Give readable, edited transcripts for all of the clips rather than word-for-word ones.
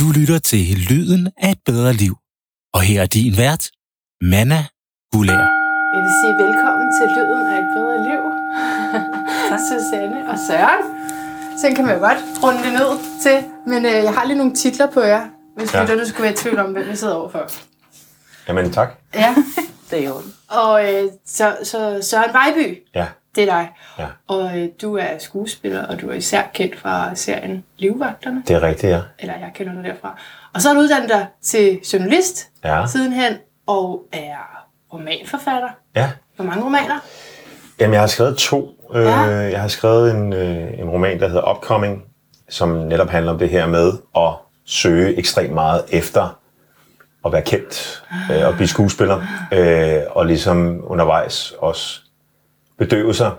Du lytter til Lyden af et bedre liv. Og her er din vært, Manna Guldager. Jeg vil sige velkommen til Lyden af et bedre liv. Susanne og Søren. Sådan kan man jo godt runde det ned til. Men jeg har lige nogle titler på jer, hvis lytterne skulle være i tvivl om, hvem vi sidder overfor. Jamen tak. Ja. Det er jo. Og så Søren Vejby. Ja. Det er dig. Ja. Og du er skuespiller, og du er især kendt fra serien Livvagterne. Det er rigtigt, ja. Eller jeg kender dig derfra. Og så har du uddannet dig til journalist sidenhen, og er romanforfatter. Ja. Hvor mange romaner? Jamen, jeg har skrevet 2. Jeg har skrevet en roman, der hedder Upcoming, som netop handler om det her med at søge ekstremt meget efter at være kendt og blive skuespiller. Og ligesom undervejs også bedøve sig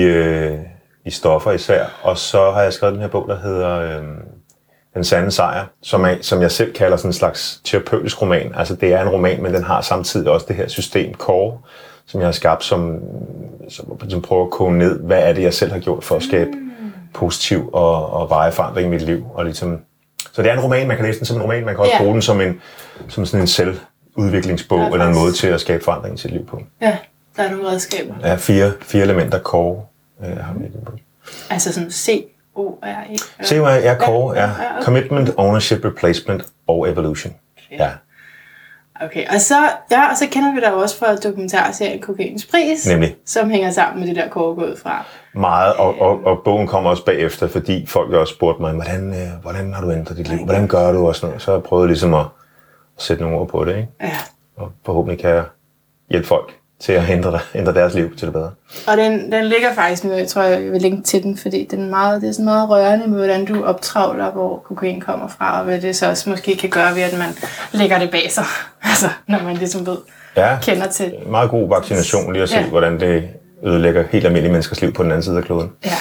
i stoffer især. Og så har jeg skrevet den her bog, der hedder Den Sande Sejr, som jeg selv kalder sådan en slags terapeutisk roman. Altså det er en roman, men den har samtidig også det her system Core, som jeg har skabt, som prøver at koge ned, hvad er det, jeg selv har gjort for at skabe positiv og varig forandring i mit liv. Og ligesom, så det er en roman, man kan læse den som en roman, man kan også bruge den som sådan en selvudviklingsbog, eller en måde til at skabe forandring i sit liv på. Ja, der er nogle redskaber. Ja, fire elementer Core har vi i den bog. Altså sådan C-O-R-E? C-O-R-E, Core, ja. Commitment, Ownership, Replacement og Evolution. Okay. Ja. Okay, og så kender vi dig også fra dokumentarserien Kokainens Pris, nemlig, som hænger sammen med det der Core gået fra. Meget, og bogen kommer også bagefter, fordi folk også spurgte mig, hvordan har du ændret dit liv? Hvordan gør du? Og sådan noget. Så jeg prøvede ligesom at sætte nogle ord på det, ikke? Ja. Og forhåbentlig kan jeg hjælpe folk til at ændre deres liv til det bedre. Og den ligger faktisk nu, jeg tror, jeg vil linke til den, fordi det er sådan meget rørende med, hvordan du optravler, hvor kokain kommer fra, og hvad det så også måske kan gøre ved, at man lægger det bag sig, altså når man ligesom ved, kender til. Ja, meget god vaccination lige at se, hvordan det ødelægger helt almindelige menneskers liv på den anden side af kloden. Ja.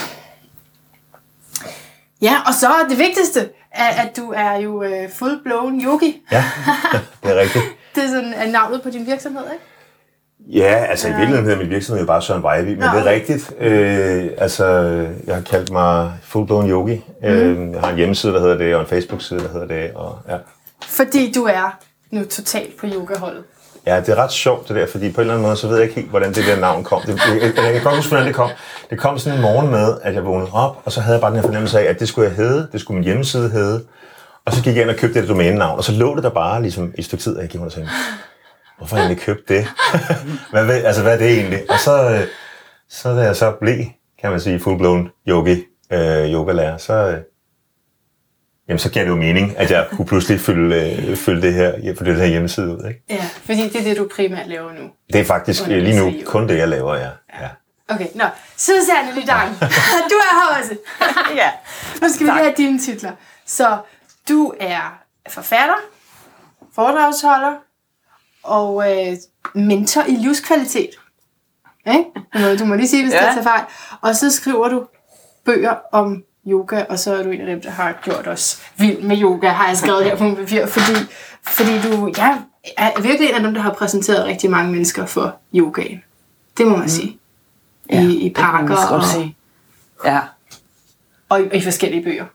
Ja, og så det vigtigste, at du er jo full-blown yogi. Ja, det er rigtigt. Det er sådan navnet på din virksomhed, ikke? Ja, altså i virkeligheden hedder min virksomhed jo bare Søren Vejby, men det er rigtigt. Jeg har kaldt mig full-blown yogi. Jeg har en hjemmeside, der hedder det, og en Facebook-side, der hedder det. Og, ja. Fordi du er nu totalt på yogaholdet. Ja, det er ret sjovt det der, fordi på en eller anden måde, så ved jeg ikke helt, hvordan det der navn kom. Jeg kan godt huske, hvordan det kom. Det kom sådan en morgen med, at jeg vågnede op, og så havde jeg bare den her fornemmelse af, at det skulle jeg hedde, det skulle min hjemmeside hedde. Og så gik jeg ind og købte det domænenavn, og så lå det der bare ligesom i et stykke tid, og jeg gik rundt og tænkte, hvorfor har jeg egentlig købt det? hvad er det egentlig? Og så da jeg så blev, kan man sige, full-blown yogalærer, så giver det jo mening, at jeg kunne pludselig fylde det her hjemmeside ud, ikke? Ja, fordi det er det, du primært laver nu. Det er faktisk lige nu kun det, jeg laver, ja. Okay, Susanne Lydang, du er her også. Ja. Nu skal vi lige have dine titler. Så du er forfatter, foredragsholder, og mentor i livskvalitet. Okay? Du må lige sige, hvis det tager fejl. Og så skriver du bøger om yoga, og så er du en af dem, der har gjort os vild med yoga, har jeg skrevet her på min papir, fordi du er virkelig en af dem, der har præsenteret rigtig mange mennesker for yogaen. Det må man sige. I parker og i forskellige bøger.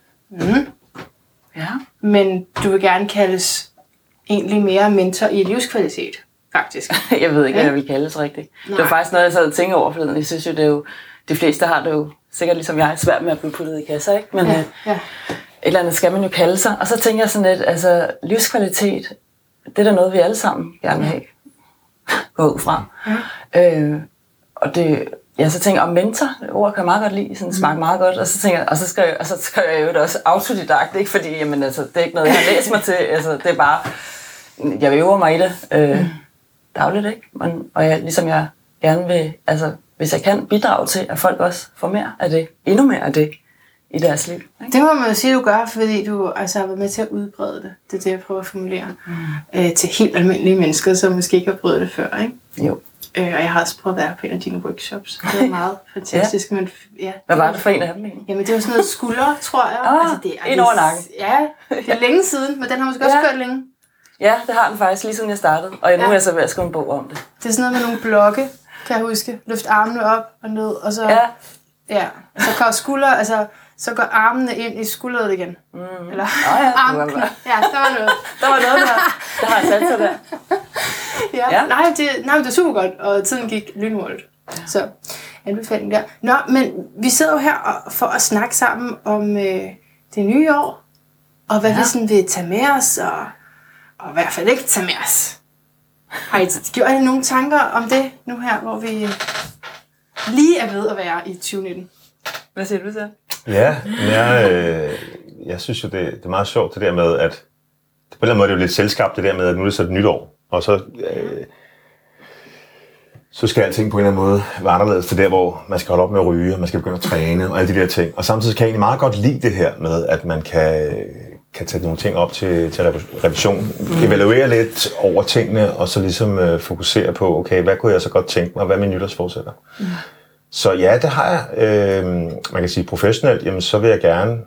Ja. Men du vil gerne kaldes egentlig mere mentor i livskvalitet, faktisk. Jeg ved ikke, hvad jeg vil kaldes rigtigt. Nej. Det var faktisk noget, jeg sad og tænkte over forleden. Jeg synes jo, det er jo, de fleste har det jo sikkert ligesom jeg, svært med at blive puttet i kasser, ikke? Men et eller andet skal man jo kalde sig. Og så tænker jeg sådan lidt, altså livskvalitet, det er da noget, vi alle sammen gerne vil have. Gå ud fra. Og det, så tænker jeg, mentor, det ord kan jeg meget godt lide, sådan smager meget godt, og så tænker jeg, og så skriver jeg jo det også autodidakt, ikke? Fordi jamen, altså, det er ikke noget, jeg har læst mig til, altså, det er bare, jeg øver mig i det dagligt, ikke? Og jeg gerne vil, altså, hvis jeg kan bidrage til, at folk også får mere af det, endnu mere af det i deres liv. Ikke? Det må man jo sige, du gør, fordi du altså har været med til at udbrede det. Det er det, jeg prøver at formulere. Til helt almindelige mennesker, som måske ikke har prøvet det før, ikke? Jo. Og jeg har også prøvet at være på en af dine workshops. Det var meget fantastisk. Men, hvad var det for en af dem? Jamen, det var sådan noget skulder, tror jeg. Altså, det er ind over nakken. Ja, det er længe siden, men den har måske også kørt længe. Ja, det har den faktisk, lige siden jeg startede. Og nu er jeg så ved at skrive en bog om det. Det er sådan noget med nogle blokke, kan jeg huske. Løft armene op og ned, og så... Ja, og så kan skulder, altså så går armene ind i skulderet igen. Eller armknæ. Ja, der var noget. Der har jeg sat sig der. Ja. Nej, det er super godt, og tiden gik lynhurtigt. Ja. Så anbefaling der. Nå, men vi sidder jo her for at snakke sammen om det nye år, og hvad vi sådan vil tage med os, og i hvert fald ikke tage med os. Har I gjort jer nogle tanker om det nu her, hvor vi lige er ved at være i 2019? Hvad siger du så? Ja, jeg synes jo, det er meget sjovt det der med, at på en eller anden måde er det jo lidt selskabt det der med, at nu er det så et nyt år, og så skal alting på en eller anden måde være anderledes til der, hvor man skal holde op med at ryge, og man skal begynde at træne og alle de der ting. Og samtidig kan jeg egentlig meget godt lide det her med, at man kan tage nogle ting op til revision, evaluere lidt over tingene, og så ligesom fokusere på, okay, hvad kunne jeg så godt tænke mig, og hvad er mine nytårsforsætter? Så ja, det har jeg. Man kan sige professionelt, jamen så vil jeg gerne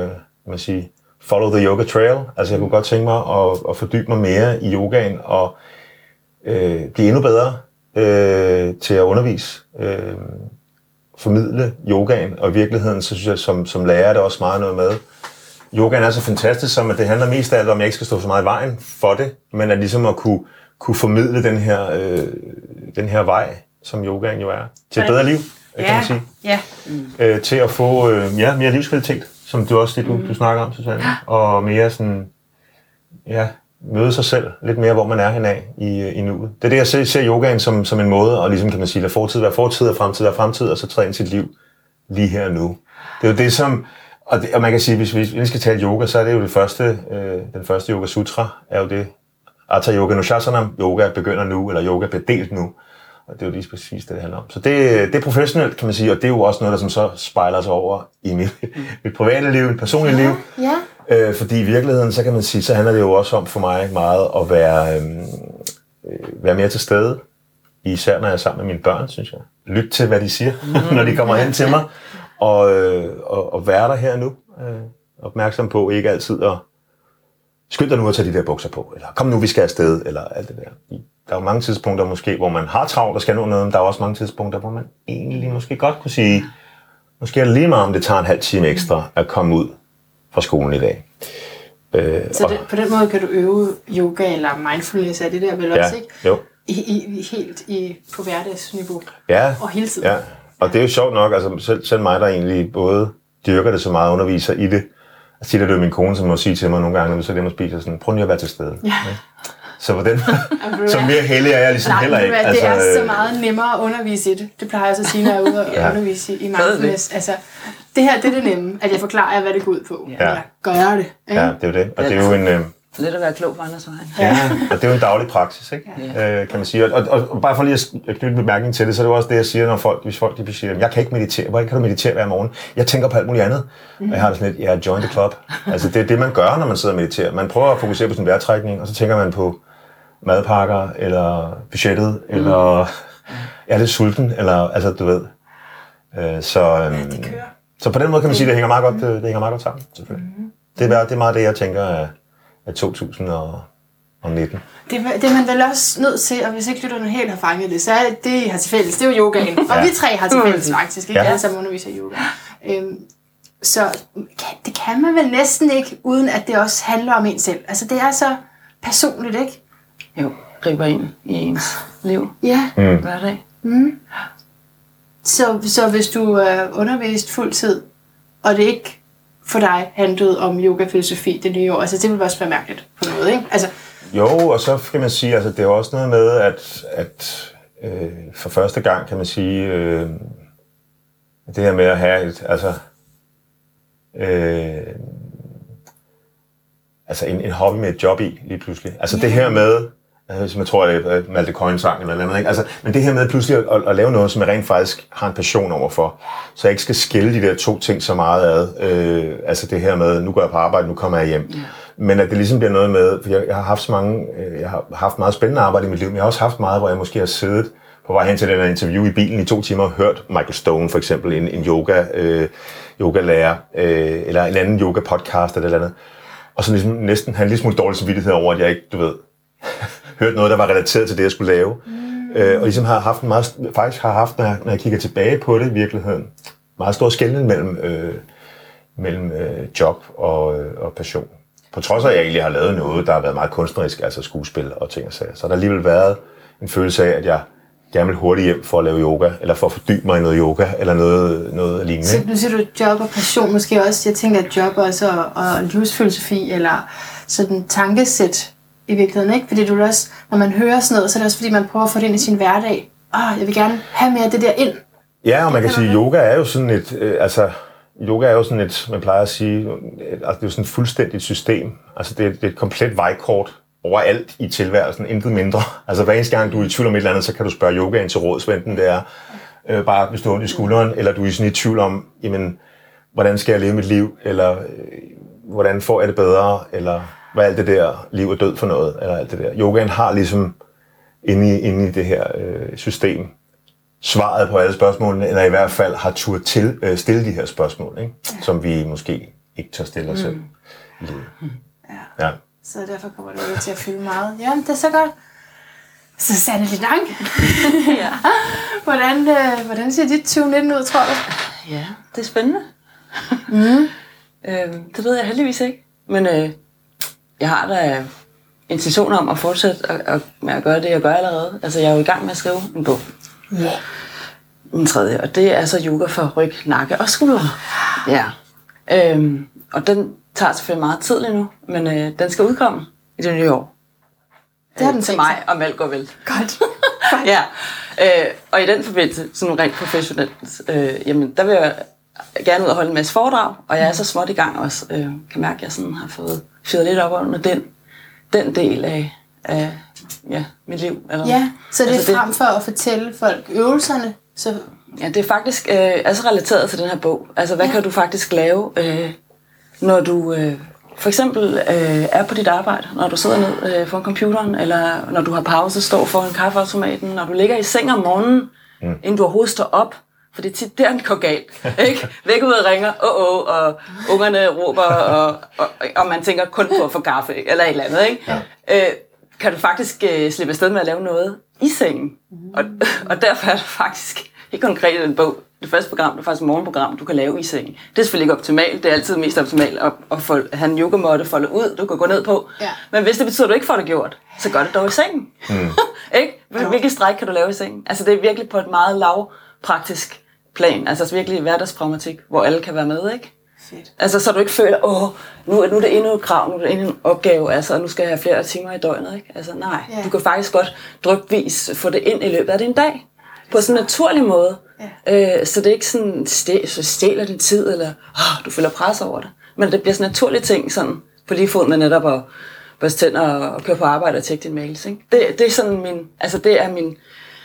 follow the yoga trail. Altså jeg kunne godt tænke mig at fordybe mig mere i yogaen, og blive endnu bedre til at undervise, formidle yogaen, og i virkeligheden, så synes jeg, som lærer, det også meget noget med. Yogaen er så fantastisk, som at det handler mest af alt om, at jeg ikke skal stå så meget i vejen for det, men at ligesom at kunne formidle den her vej, som yogaen jo er, til et bedre liv, kan man sige. Ja. Til at få mere livskvalitet, som du også du snakker om, Susanne, og mere sådan, møde sig selv lidt mere, hvor man er henad i nuet. Det er det, jeg ser yogaen som en måde, og ligesom kan man sige, lade fortid være fortid, og fremtid være fremtid, og så træde ind sit liv lige her og nu. Det er jo det, som... Og man kan sige, hvis vi skal tale yoga, så er det jo den første yoga sutra, er jo det. Hatha yoga nushasanam, yoga begynder nu, eller yoga bliver delt nu. Og det er jo lige præcis det handler om. Så det er professionelt, kan man sige, og det er jo også noget, der som så spejler sig over i mit private liv, mit personlige liv. Ja. Fordi i virkeligheden, så kan man sige, så handler det jo også om for mig meget at være mere til stede. Især når jeg er sammen med mine børn, synes jeg. Lyt til, hvad de siger, når de kommer hen til mig. Og være der her nu. Opmærksom på ikke altid at skynd dig nu at tage de der bukser på, eller kom nu, vi skal afsted, eller alt det der. Der er jo mange tidspunkter måske, hvor man har travlt og skal nå noget, men der er også mange tidspunkter, hvor man egentlig måske godt kunne sige, måske er det lige meget, om det tager en halv time ekstra at komme ud fra skolen i dag. Så på den måde kan du øve yoga eller mindfulness, er det der vel også, ikke? Jo. På hverdagsniveau. Ja, og hele tiden. Ja. Og det er jo sjovt nok, altså selv mig, der egentlig både dyrker det så meget, underviser i det. Jeg siger, det er jo min kone, som må sige til mig nogle gange, når vi så hjemme og spiser, sådan, prøv lige at være til stede. Ja. Så på den så mere heldig er jeg ligesom heller ikke. Det er så meget nemmere at undervise i det. Det plejer jeg så at sige, når jeg er ude og undervise i mindfulness. Altså, det her, det er det nemme, at jeg forklarer jer, hvad det går ud på. Ja. Eller gør det. Ikke? Ja, det er jo det. Og det er jo en... Lidt at være klog på andres vejen. Ja, og det er jo en daglig praksis, ikke? Ja. Kan man sige. Og bare for lige at knytte bemærkning til det, så er det også det, jeg siger, når hvis folk siger, jeg kan ikke meditere. Hvordan kan du meditere hver morgen? Jeg tænker på alt muligt andet. Og jeg har det sådan lidt, join the club. Altså det er det, man gør, når man sidder og mediterer. Man prøver at fokusere på sin vejrtrækning, og så tænker man på madpakker, eller budgettet, eller er lidt sulten, eller altså du ved. Så på den måde kan man sige, det hænger meget godt sammen, selvfølgelig. Det er meget det, jeg tænker af 2019. Det er man vel også nødt til, og hvis ikke lytterne helt har fanget det, så er det I har til fælles. Det er jo yogaen. Og vi tre har til fælles faktisk, ikke? Alle sammen underviser i yoga. Så det kan man vel næsten ikke, uden at det også handler om en selv. Altså det er så personligt, ikke? Jo, griber ind i ens liv. Ja. Hverdag. Så hvis du er undervist fuldtid, og det ikke for dig handlede om yogafilosofi det nye år, altså det vil også være mærkeligt på noget, ikke? Altså, jo, og så kan man sige, altså det er også noget med, at for første gang kan man sige, det her med at have en hobby med et job i lige pludselig. Altså det her med, som jeg tror, det er Malte Coyne-sang eller noget andet, ikke? Altså, men det her med pludselig at lave noget, som jeg rent faktisk har en passion overfor, så jeg ikke skal skille de der to ting så meget ad. Altså det her med, nu går jeg på arbejde, nu kommer jeg hjem. Men at det ligesom bliver noget med, for jeg har haft meget spændende arbejde i mit liv, men jeg har også haft meget, hvor jeg måske har siddet på vej hen til den her interview i bilen i 2 timer og hørt Michael Stone for eksempel, en yogalærer, eller en anden yoga-podcast eller andet. Og så ligesom næsten have en lille smule dårlig samvittighed over, at jeg ikke, hørte noget, der var relateret til det, jeg skulle lave. Og ligesom har haft når jeg kigger tilbage på det i virkeligheden, meget stor skelnen mellem mellem job og passion. På trods af, at jeg egentlig har lavet noget, der har været meget kunstnerisk, altså skuespil og ting og sager, så har der alligevel været en følelse af, at jeg gerne vil hurtigt hjem for at lave yoga, eller for at fordybe mig i noget yoga, eller noget lignende. Så nu siger du job og passion måske også. Jeg tænker, at job også og livsfilosofi, eller sådan tankesæt i virkeligheden, ikke? Fordi du også, når man hører sådan noget, så er det også fordi, man prøver at få det ind i sin hverdag. Jeg vil gerne have mere af det der ind. Ja, og man kan sige, at yoga er jo sådan et, man plejer at sige, det er jo sådan et fuldstændigt system. Altså det er et komplet vejkort overalt i tilværelsen, intet mindre. Altså hver eneste gang, du er i tvivl om et eller andet, så kan du spørge yogaen til råds, enten det er bare hvis du har ondt i skulderen, eller du er sådan i tvivl om, jamen, hvordan skal jeg leve mit liv, eller hvordan får jeg det bedre, eller hvad er alt det der liv og død for noget, eller alt det der. Yogaen har ligesom inde i det her system svaret på alle spørgsmålene, eller i hvert fald har tur til stille de her spørgsmål, ikke? Som vi måske ikke tør stille os selv i livet. Ja. Så derfor kommer det til at fylde meget. Ja, det er så godt. Så Sanne Lidang. Ja. Hvordan ser dit 2019 ud, tror du? Ja, det er spændende. Det ved jeg heldigvis ikke. Men jeg har da intentioner om at fortsætte med at gøre det, jeg gør allerede. Altså, jeg er jo i gang med at skrive en bog. Ja. Min tredje, og det er så yoga for ryg, nakke og skuldre. Ja. Og den tager selvfølgelig meget tid lige nu, men den skal udkomme i det nye år. Det har den til mig, om alt går vel. Godt. Ja. Og i den forbindelse, sådan rent professionelt, jamen, der vil jeg gerne ud og holde en masse foredrag, og jeg er så småt i gang også. Kan mærke, at jeg sådan har fået fyret lidt op under den del af mit liv. Eller, ja, så det er altså frem for at fortælle folk øvelserne? Så... Ja, det er faktisk altså relateret til den her bog. Altså, hvad kan du faktisk lave, når du for eksempel er på dit arbejde, når du sidder ned foran computeren, eller når du har pause, står foran kaffeautomaten, når du ligger i seng om morgenen, inden du overhovedet står op. For det er tit der, den går galt. Ikke? Væk ud og ringer, og ungerne råber, og man tænker kun på at få kaffe, ikke? Eller et eller andet. Ikke? Ja. Kan du faktisk slippe afsted med at lave noget i sengen. Og derfor er det faktisk helt konkret en bog. Det første program, det er faktisk et morgenprogram, du kan lave i sengen. Det er selvfølgelig ikke optimalt. Det er altid mest optimalt at have en yogamåtte foldet ud, du kan gå ned på. Ja. Men hvis det betyder, at du ikke får det gjort, så gør det dog i sengen. Ikke? Hvilke stræk kan du lave i sengen? Altså det er virkelig på et meget lavpraktisk plan. Altså virkelig hverdagspragmatik, hvor alle kan være med, ikke? Fedt. Altså så du ikke føler, nu er det endnu et krav, nu er det endnu en opgave, altså nu skal jeg have flere timer i døgnet, ikke? Altså nej, du kan faktisk godt drypvis få det ind i løbet af din dag. På sådan en naturlig måde. Ja. Så det er ikke sådan, så stjæler din tid, eller du føler pres over det. Men det bliver sådan naturlige ting, sådan på lige fod med netop at børste tænder og køre på arbejde og tjekke dine mails, ikke? Det er sådan det er min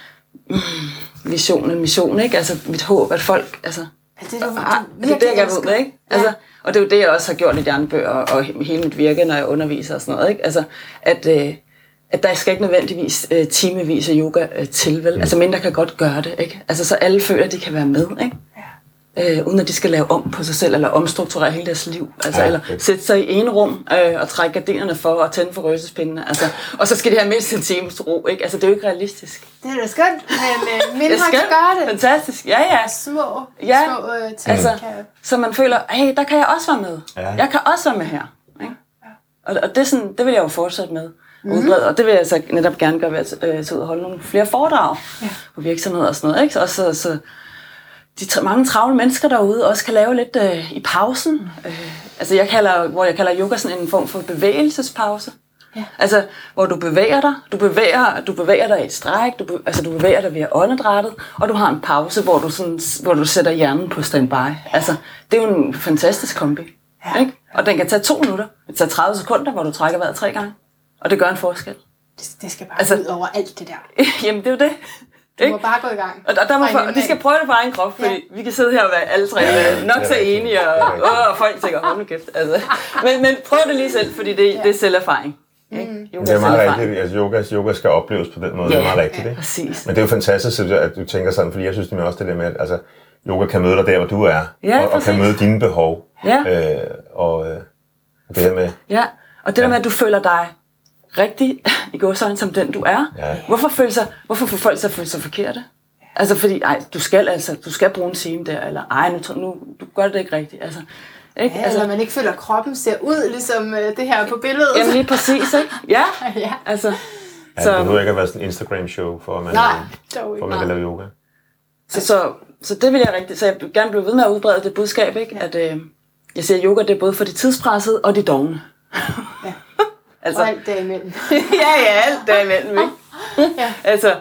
mission, ikke? Altså mit håb, at folk, altså... det er det, jeg gerne ved, ikke? Ja. Altså, og det er jo det, jeg også har gjort i de andre bøger, og hele mit virke, når jeg underviser og sådan noget, ikke? Altså, at der skal ikke nødvendigvis timevis af yoga til, vel? Altså, mindre kan godt gøre det, ikke? Altså, så alle føler, at de kan være med, ikke? Ja. Uden at de skal lave om på sig selv, eller omstrukturere hele deres liv. Altså, eller sætte sig i en rum og trække gardinerne for og tænde for røgelsespindene. Altså, og så skal de have mindst en times ro, ikke? Altså, det er jo ikke realistisk. Det er da skønt, men mindre kan gøre det. Fantastisk, ja. Små ting. Altså, så man føler, hey, der kan jeg også være med. Ja. Jeg kan også være med her. Ikke? Ja. Og det, sådan, det vil jeg jo fortsætte med. Og det vil jeg så netop gerne gøre ved at tage ud og holde nogle flere foredrag på virksomheder og sådan noget. Ikke? Og så de mange travle mennesker derude også kan lave lidt i pausen. Altså jeg kalder yoga sådan en form for bevægelsespause. Ja. Altså hvor du bevæger dig, du bevæger dig i et stræk, du bevæger dig via åndedrættet, og du har en pause, hvor du sætter hjernen på standby. Altså det er jo en fantastisk kombi. Ja. Ikke? Og den kan tage 2 minutter. Det tager 30 sekunder, hvor du trækker vejret 3 gange. Og det gør en forskel. Det skal bare ud over alt det der. Jamen det er jo det. Du må bare gå i gang. Og de skal prøve det på egen krop, fordi vi kan sidde her og være alle tre nok så enige, og folk tænker, hold nu kæft. Altså. Men prøv det lige selv, fordi det er selverfaring. Det er meget rigtigt. Altså, yoga skal opleves på den måde. Det er meget rigtigt. Ikke? Præcis. Men det er jo fantastisk, at du tænker sådan, fordi jeg synes det er også det der med, at altså, yoga kan møde dig der, hvor du er, og kan møde dine behov. Ja. Og det her med... Ja, og det der med, at du føler dig rigtig i gåseøjne som den du er. Ja. Hvorfor får folk så føle sig forkerte? Altså fordi, du skal bruge en time der, eller nu du gør det ikke rigtigt. Altså Ikke? Ja, altså, man ikke føler, at kroppen ser ud, ligesom det her på billedet. Jamen lige præcis, ikke? Ja, ja. altså. Ja, det behøver ikke at være sådan en Instagram-show, for at man kan lave yoga. Så det vil jeg rigtig, så jeg vil gerne blive ved med at udbrede det budskab, ikke? At jeg siger, at yoga det er både for de tidspressede og de dovne. Ja. Altså, og alt derimellem. ja, alt derimellem, ikke? Ja. Altså,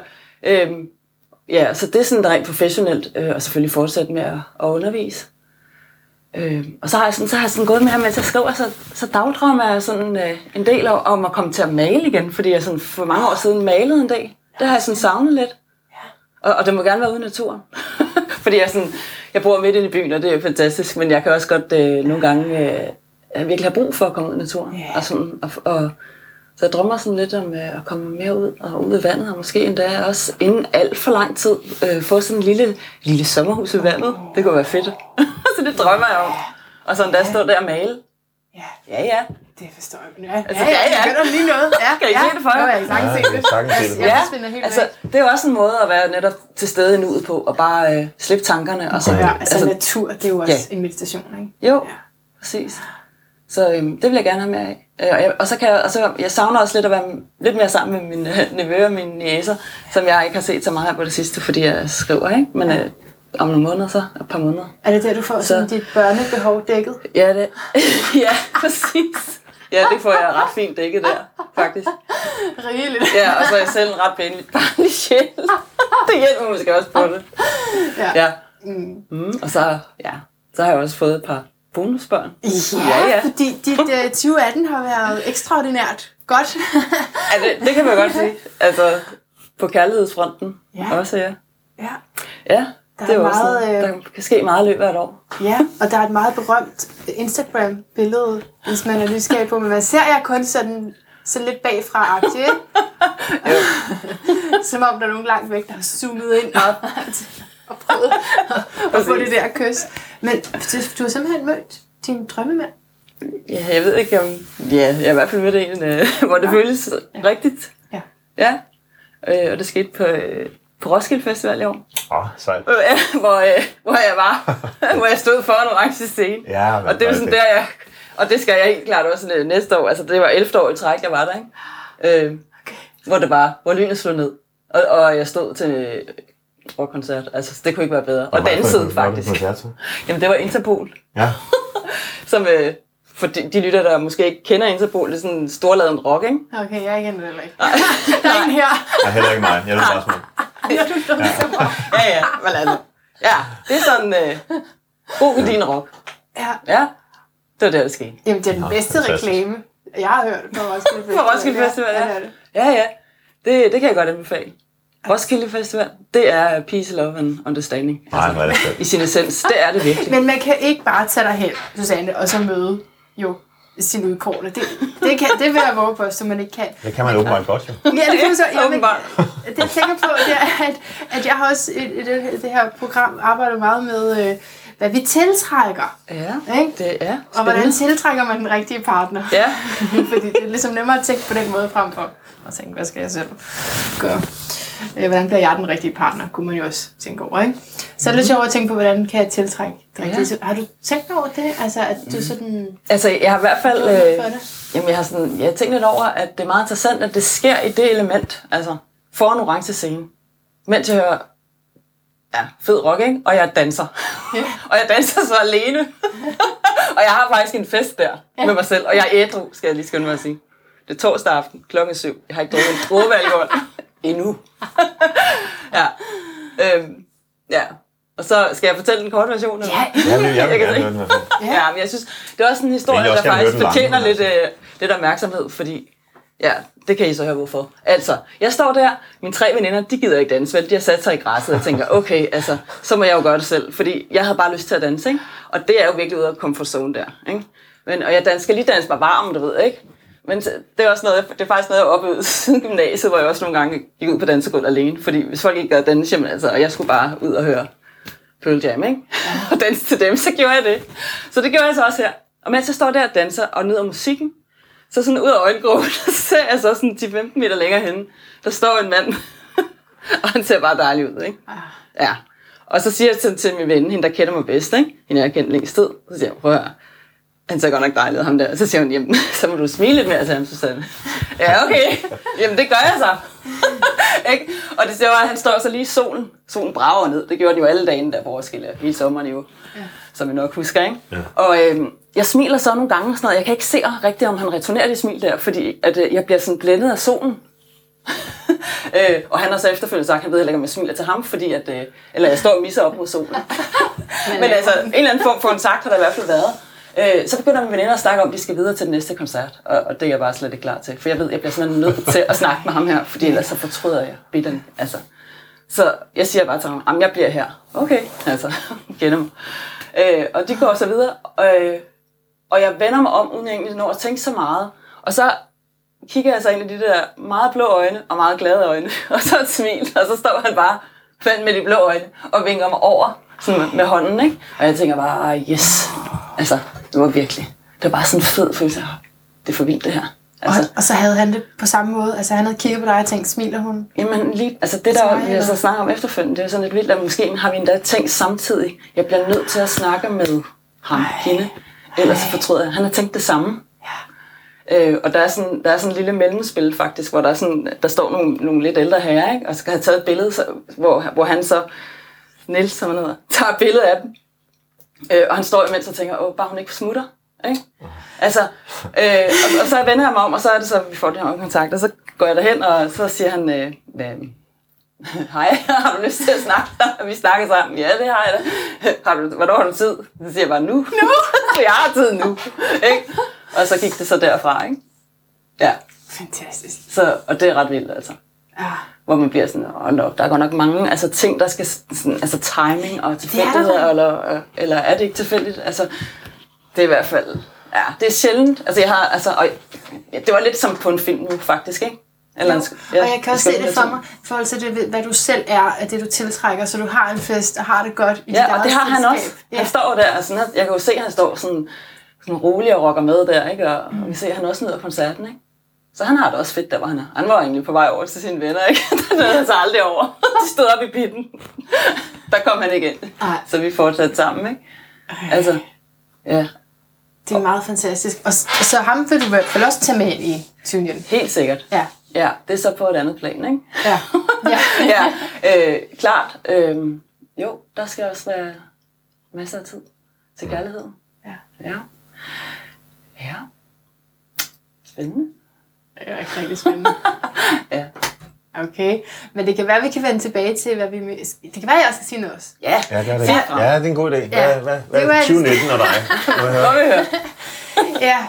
ja, så det er sådan rent professionelt, og selvfølgelig fortsætte med at undervise. Og så har jeg sådan gået med her, mens jeg skriver, så dagdrømmer jeg sådan en del om at komme til at male igen, fordi jeg sådan for mange år siden malede en dag. Det har jeg sådan savnet lidt. Og det må gerne være ude i naturen. Fordi jeg bor midt inde i byen, og det er fantastisk, men jeg kan også godt nogle gange virkelig have brug for at komme ud i naturen. Og så jeg drømmer sådan lidt om at komme mere ud og ud i vandet, og måske endda også inden alt for lang tid få sådan en lille sommerhus i vandet. Det kunne være fedt. Så det drømmer jeg om. Og så endda stå der og male. Ja. Det forstår jeg. Ja, altså, jeg begynder lige noget. Ja, kan I se det for jer? Jeg sagtens se det. Ja, altså, det er jo også en måde at være netop til stede i nuet på, og bare slippe tankerne. Og så, altså natur, det er jo også en meditation, ikke? Jo, præcis. Så det vil jeg gerne have mere af. Og så jeg savner også lidt at være lidt mere sammen med mine nevøer og mine niæser, som jeg ikke har set så meget her på det sidste, fordi jeg skriver, ikke? Men om nogle måneder så, et par måneder. Er det der, du får sådan dit børnebehov dækket? Ja, ja, præcis. Ja, det får jeg ret fint dækket der, faktisk. Rigeligt. Ja, og så er jeg selv en ret barnlig sjæl. Det hjælper måske også på det. Ja. Og så har jeg også fået et par bonusbørn. Ja, fordi dit 2018 har været ekstraordinært godt. Ja, det kan man godt sige. Altså, på kærlighedsfronten også, ja. Ja, det er også meget, der kan ske meget i løbet af et år. Ja, og der er et meget berømt Instagram-billede, hvis man er nysgerrig på, men man ser jeg kun sådan lidt bagfra-agtigt, ikke? Som om der er nogen langt væk, der har zoomet ind og prøvet at få det der kys. Men du har simpelthen mødt din drømmemand. Ja, jeg ved ikke om... Ja, jeg er i hvert fald mødt en, hvor det føles rigtigt. Ja. Og det skete på Roskilde Festival i år. Sejt. Hvor jeg var. Hvor jeg stod foran en orange scene. Ja, og det var sådan der, og det skal jeg helt klart også næste år. Altså, det var 11. år i træk, jeg var der, ikke? Hvor lynet slog ned. Og jeg stod til rockkoncert. Altså, det kunne ikke være bedre. Og dansede faktisk. Jamen, det var Interpol. Ja. Som... For de lytter, der måske ikke kender Interpol, det er sådan en storladen rock, ikke? Okay, jeg kender det heller ikke. Der er en her. Jeg er heller ikke mig. Jeg er bare små. Ja, men altså. Ja, det er sådan god din rock. Ja, det var det skete. Jamen, det er den bedste reklame, jeg har hørt på Roskilde Festival. På Roskilde Festival, ja. Det kan jeg godt anbefale. Roskilde Festival, det er peace, love and understanding. Altså, i sin essens, det er det virkelig. Men man kan ikke bare tage dig hen, Susanne, og så møde sin udkårne. Det vil jeg våge på, så man ikke kan. Det kan man åbenbart godt, jo. Ja, det kan man så. Det jeg tænker på, det er, at jeg har også i det her program arbejdet meget med, hvad vi tiltrækker. Ja, ikke? Det er spændende. Og hvordan tiltrækker man den rigtige partner. Ja. Fordi det er ligesom nemmere at tænke på den måde frem for at tænke, hvad skal jeg selv gøre? Hvordan bliver jeg den rigtige partner, kunne man jo også tænke over, ikke? Så er det lidt sjovt at tænke på, hvordan kan jeg tiltrække det rigtige. Har du tænkt over det? Altså, at du sådan... Altså, jeg har i hvert fald... Jamen, jeg har tænkt lidt over, at det er meget interessant, at det sker i det element, altså foran en orange scene, mens jeg hører fed rock, ikke? Og jeg danser. Og jeg danser så alene. Og jeg har faktisk en fest der med mig selv, og jeg er ædru, skal jeg lige skynde mig at sige. Det er torsdag aften, 7:00. Jeg har ikke drukket en dråbe alkohol endnu. Ja. Og så skal jeg fortælle den korte version? Eller? Jeg vil gerne høre den. Ja, men jeg synes, det er også en historie, der faktisk fortjener lidt opmærksomhed, fordi det kan I så høre hvorfor. Altså, jeg står der, mine 3 veninder, de gider ikke danse, vel? De har sat sig i græsset og tænker, okay, altså, så må jeg jo gøre det selv, fordi jeg havde bare lyst til at danse, ikke? Og det er jo virkelig ude af comfort zone der, ikke? Og jeg skal lige danse mig varm, du ved, ikke? Men det er også noget, det er faktisk noget, jeg oplevede siden gymnasiet, hvor jeg også nogle gange gik ud på dansegulvet alene, fordi hvis folk ikke gad danse, jamen altså, og jeg skulle bare ud og høre Pearl Jam, ikke? Og danse til dem, så gjorde jeg det. Så det gjorde jeg så også her. Og mens jeg står der og danser og nyder musikken, så sådan ud af øjengråben, så ser jeg så sådan 10-15 meter længere henne, der står en mand, og han ser bare dejlig ud, ikke? Ja. Og så siger jeg til min ven, hende der kender mig bedst, ikke? Hende jeg har kendt længst tid, så siger jeg, prøv at høre, Han ser godt nok dejligt ham der. Så siger hun, jamen, så må du smile lidt mere til ham, Susanne. Ja, okay. Jamen, det gør jeg så. Ikke? Og det ser jo, at han står så lige i solen. Solen brager ned. Det gjorde de jo alle dagene der på Roskilde. Hele sommeren jo. Ja. Som I nok husker, ikke? Ja. Og jeg smiler så nogle gange og sådan noget. Jeg kan ikke se rigtigt, om han returnerer det smil der, fordi at, jeg bliver sådan blændet af solen. Og han har så efterfølgende sagt, at han ved heller ikke, om jeg smiler til ham, fordi at, eller jeg står og misser op mod solen. Men altså, en eller anden form for kontakt har der i hvert fald været. Så begynder mine veninder at snakke om, at de skal videre til den næste koncert, og det er jeg bare slet ikke klar til. For jeg ved, jeg bliver simpelthen nødt til at snakke med ham her, fordi ellers så fortryder jeg bitterne. Altså. Så jeg siger bare til ham, at jeg bliver her. Okay, altså, kender mig. Og de går så videre, og jeg vender mig om, uden jeg egentlig når at tænke så meget. Og så kigger jeg så ind i de der meget blå øjne og meget glade øjne, og så et smil, og så står han bare med de blå øjne og vinker mig over sådan med hånden, ikke? Og jeg tænker bare, yes, altså, det var virkelig, det var bare sådan en fed følelse, det er for vildt det her. Altså, og så havde han det på samme måde, altså han havde kigget på dig og tænkt, smiler hun? Jamen lige, altså det der, vi så snakker om efterfølgende, det er sådan lidt vildt, at måske har vi endda tænkt samtidig, jeg bliver nødt til at snakke med ham, hende, ellers fortryder jeg, han har tænkt det samme. Og der er sådan en lille mellemspil faktisk, hvor der står nogle lidt ældre herrer, ikke? Og så skal have taget et billede, hvor han så, Niels, som han hedder, tager et billede af dem. Og han står imens og tænker, bare hun ikke smutter. Ikke? Altså, og så vender jeg mig om, og så er det så, vi får den her kontakt, og så går jeg derhen, og så siger han, hej, har du lyst til at snakke? Vi snakker sammen. Ja, det har jeg da. Hvornår har du tid? Så siger jeg bare, nu. Jeg har tid nu. Ikke? Og så gik det så derfra, ikke? Ja. Fantastisk. Så, og det er ret vildt, altså. Ja. Hvor man bliver sådan, der er godt nok mange altså, ting, der skal, sådan, altså timing og tilfældigheder, eller er det ikke tilfældigt? Altså, det er i hvert fald, ja, det er sjældent. Altså, jeg har, altså, og det var lidt som på en film nu, faktisk, ikke? Eller og jeg kan også se det for mig, i forhold til det, hvad du selv er, af det du tiltrækker, så du har en fest og har det godt i dit eget og det har han også. Ja. Han står der, og sådan, jeg kan jo se, at han står sådan rolig og rocker med der, ikke? Og vi ser, at han også nyder koncerten, ikke? Så han har det også fedt der, hvor han er. Han var egentlig på vej over til sine venner, ikke? Der nåede han så aldrig over. De stod op i pitten. Der kom han ikke ind. Så vi fortsatte sammen, ikke? Altså, ja. Det er meget fantastisk. Og så ham vil du i hvert fald også tage med ind i Tunien. Helt sikkert. Ja. Ja, det er så på et andet plan, ikke? Ja. Ja. Klart. Jo, der skal også være masser af tid til kærligheden. Ja. Ja. Spændende. Det er ikke rigtig spændende. Ja. Okay, men det kan være, vi kan vende tilbage til, hvad vi... Det kan være, jeg også skal sige noget også. Ja, det er det. Ja, det er en god idé. Hvad er 2019 og dig? Må vi høre. Ja.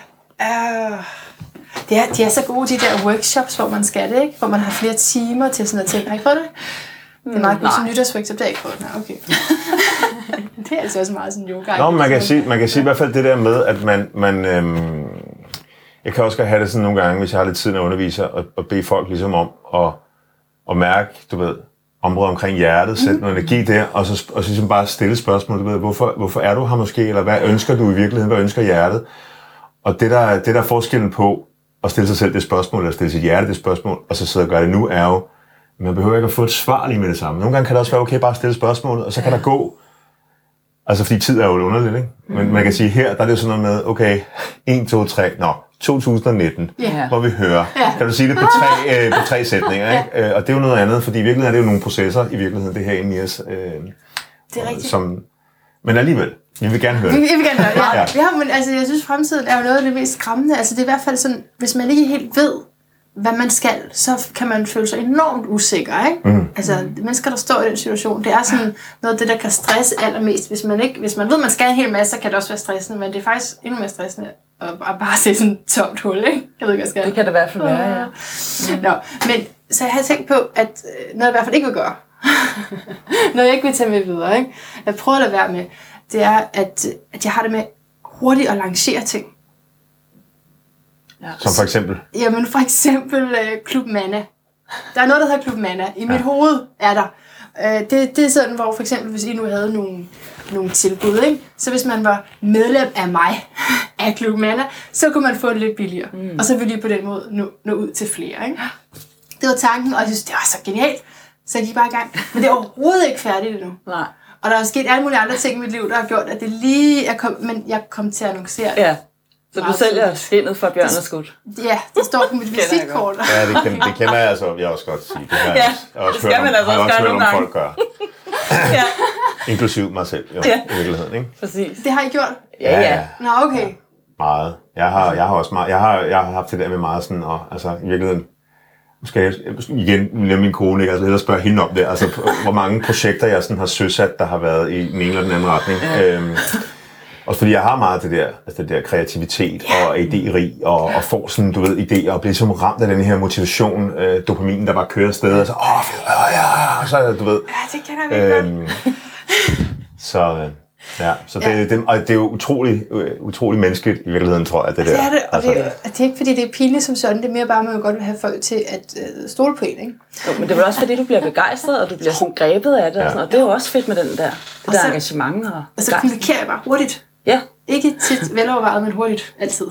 De er så gode, de der workshops, hvor man skal det, ikke? Hvor man har flere timer til sådan noget ting. Har I prøvet det? Det er meget godt som nytårsworkshop, det har jeg ikke prøvet. Okay. Det er altså også meget sådan yoga. Nå, man kan sige i hvert fald det der med, at man jeg kan også godt have det sådan nogle gange, hvis jeg har lidt tid, når jeg underviser, og bede folk ligesom om at mærke, du ved, området omkring hjertet, sætte noget energi der, og så ligesom bare stille spørgsmål, du ved, hvorfor er du her måske, eller hvad ønsker du i virkeligheden, hvad ønsker hjertet? Og det der er forskellen på at stille sig selv det spørgsmål, eller stille sit hjerte det spørgsmål, og så sidde og gøre det nu, er jo, man behøver ikke at få et svar lige med det samme. Nogle gange kan det også være okay bare at stille spørgsmålet, og så kan der gå, altså fordi tid er jo underligt, ikke? Men man kan sige, her, der er det sådan noget med, okay, 1, 2, 3, 2019, hvor vi hører. Kan du sige det på tre sætninger, ikke? Og det er jo noget andet, fordi i virkeligheden er det jo nogle processer, i virkeligheden, det her inde i os. Det er rigtigt. Men alligevel, vi vil gerne høre det. Vi vil gerne høre det, ja. Men altså, jeg synes, fremtiden er jo noget af det mest skræmmende. Altså, det er i hvert fald sådan, hvis man ikke helt ved, hvad man skal, så kan man føle sig enormt usikker, ikke? Altså, mennesker, der står i den situation, det er sådan noget af det, der kan stresse allermest. Hvis man ved, man skal en hel masse, så kan det også være stressende, men det er faktisk endnu mere stressende at bare se sådan et tomt hul, ikke? Jeg ved ikke, hvad skal. Det kan det i hvert fald være, ja. Nå, men så jeg har tænkt på, at noget jeg i hvert fald ikke vil gøre, noget jeg ikke vil tage med videre, ikke? Jeg prøver at lade være med, det er, at jeg har det med hurtigt at lancere ting. Ja. Som for eksempel? Jamen for eksempel Klub Manna. Der er noget, der hedder Klub Manna. I mit hoved er der. Det er sådan, hvor for eksempel, hvis I nu havde nogle tilbud, ikke? Så hvis man var medlem af mig, af Klub Manna, så kunne man få det lidt billigere. Og så ville I på den måde nå ud til flere, ikke? Det var tanken, og jeg synes, det var så genialt. Så jeg gik bare i gang. Men det er overhovedet ikke færdigt endnu. Nej. Og der er sket alle mulige andre ting i mit liv, der har gjort, at det lige er kommet, men jeg kom til at annoncere det. Ja, så du sælger skindet fra Bjørn og Skud. Ja, det står på mit visitkort. Ja, det kender jeg altså, jeg også godt sige. Det har jeg også det skal man altså også gøre nogle gange. Folk gør. Ja. Inklusiv mig selv, jo, i virkeligheden, ikke? Præcis. Det har I gjort? Ja. Nå, okay. Meget. Jeg har også meget. Jeg har haft det der med meget sådan, og altså i virkeligheden, skal jeg igen med min kone, ikke? Altså hellere spørge hende om det, altså hvor mange projekter jeg sådan har søsat, der har været i den ene eller den anden retning. Også fordi jeg har meget det der kreativitet og idérig, og får sådan, du ved, idéer, og bliver som ramt af den her motivation, dopaminen, der bare kører afsted, og så, så du ved. Ja, det kender jeg godt. Så det er jo utrolig menneskeligt i virkeligheden, tror jeg, det der. Det er det, og det er ikke fordi, det er pinligt som sådan, det er mere bare, at man godt vil have folk til at stole på en, ikke? Jo, men det er vel også fordi, du bliver begejstret, og du bliver sådan grebet af det, og og det er jo også fedt med det der engagement. Og så kommunikerer jeg bare hurtigt. Ja. Ikke tit velovervejet, men hurtigt. Altid.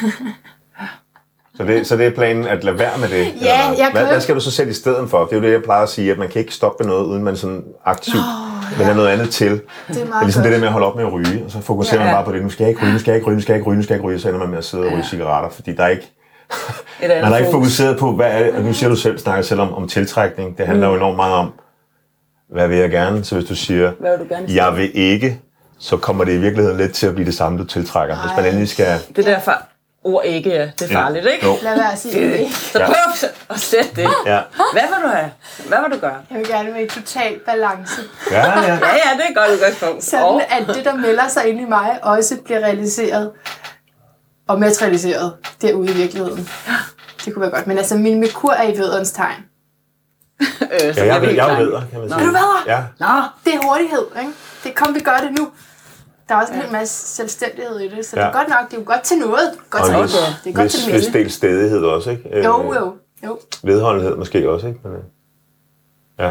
Ja. Så det er planen at lade være med det? Ja, hvad skal du så sætte i stedet for? Det er jo det, jeg plejer at sige, at man kan ikke stoppe noget, uden man sådan aktivt vender noget andet til. Det er ligesom det der med at holde op med at ryge, og så fokuserer man bare på det. Nu skal jeg ikke ryge, så ender man med at sidde og ryge cigaretter, fordi der er ikke... man har ikke fokuseret på, hvad er det, og nu siger du selv, snakker selv om tiltrækning. Det handler jo enormt meget om, hvad vil jeg gerne? Så hvis du siger, jeg vil ikke, så kommer det i virkeligheden lidt til at blive det samme, du tiltrækker. Hvis man endelig skal... Det er derfor, ord ikke er. Det er farligt, ikke? Jo. Lad være at sige det. Så prøv at sætte det. Ja. Hvad vil du have? Hvad vil du gøre? Jeg vil gerne være i total balance. Ja, det er et godt udgangspunkt. Sådan, at det, der melder sig ind i mig, også bliver realiseret og materialiseret derude i virkeligheden. Det kunne være godt. Men altså, min Merkur er i vædderens tegn. Jeg er vædder, kan man sige. Er du vædder? Ja. Nå, det er hurtighed, ikke? Vi gør det nu. Der er også en hel masse selvstændighed i det, så det er godt nok, det er jo godt til noget. Godt til noget. Det er godt til noget. Hvis del stædighed også, ikke? Jo. Vedholdenhed måske også, ikke? Men, ja.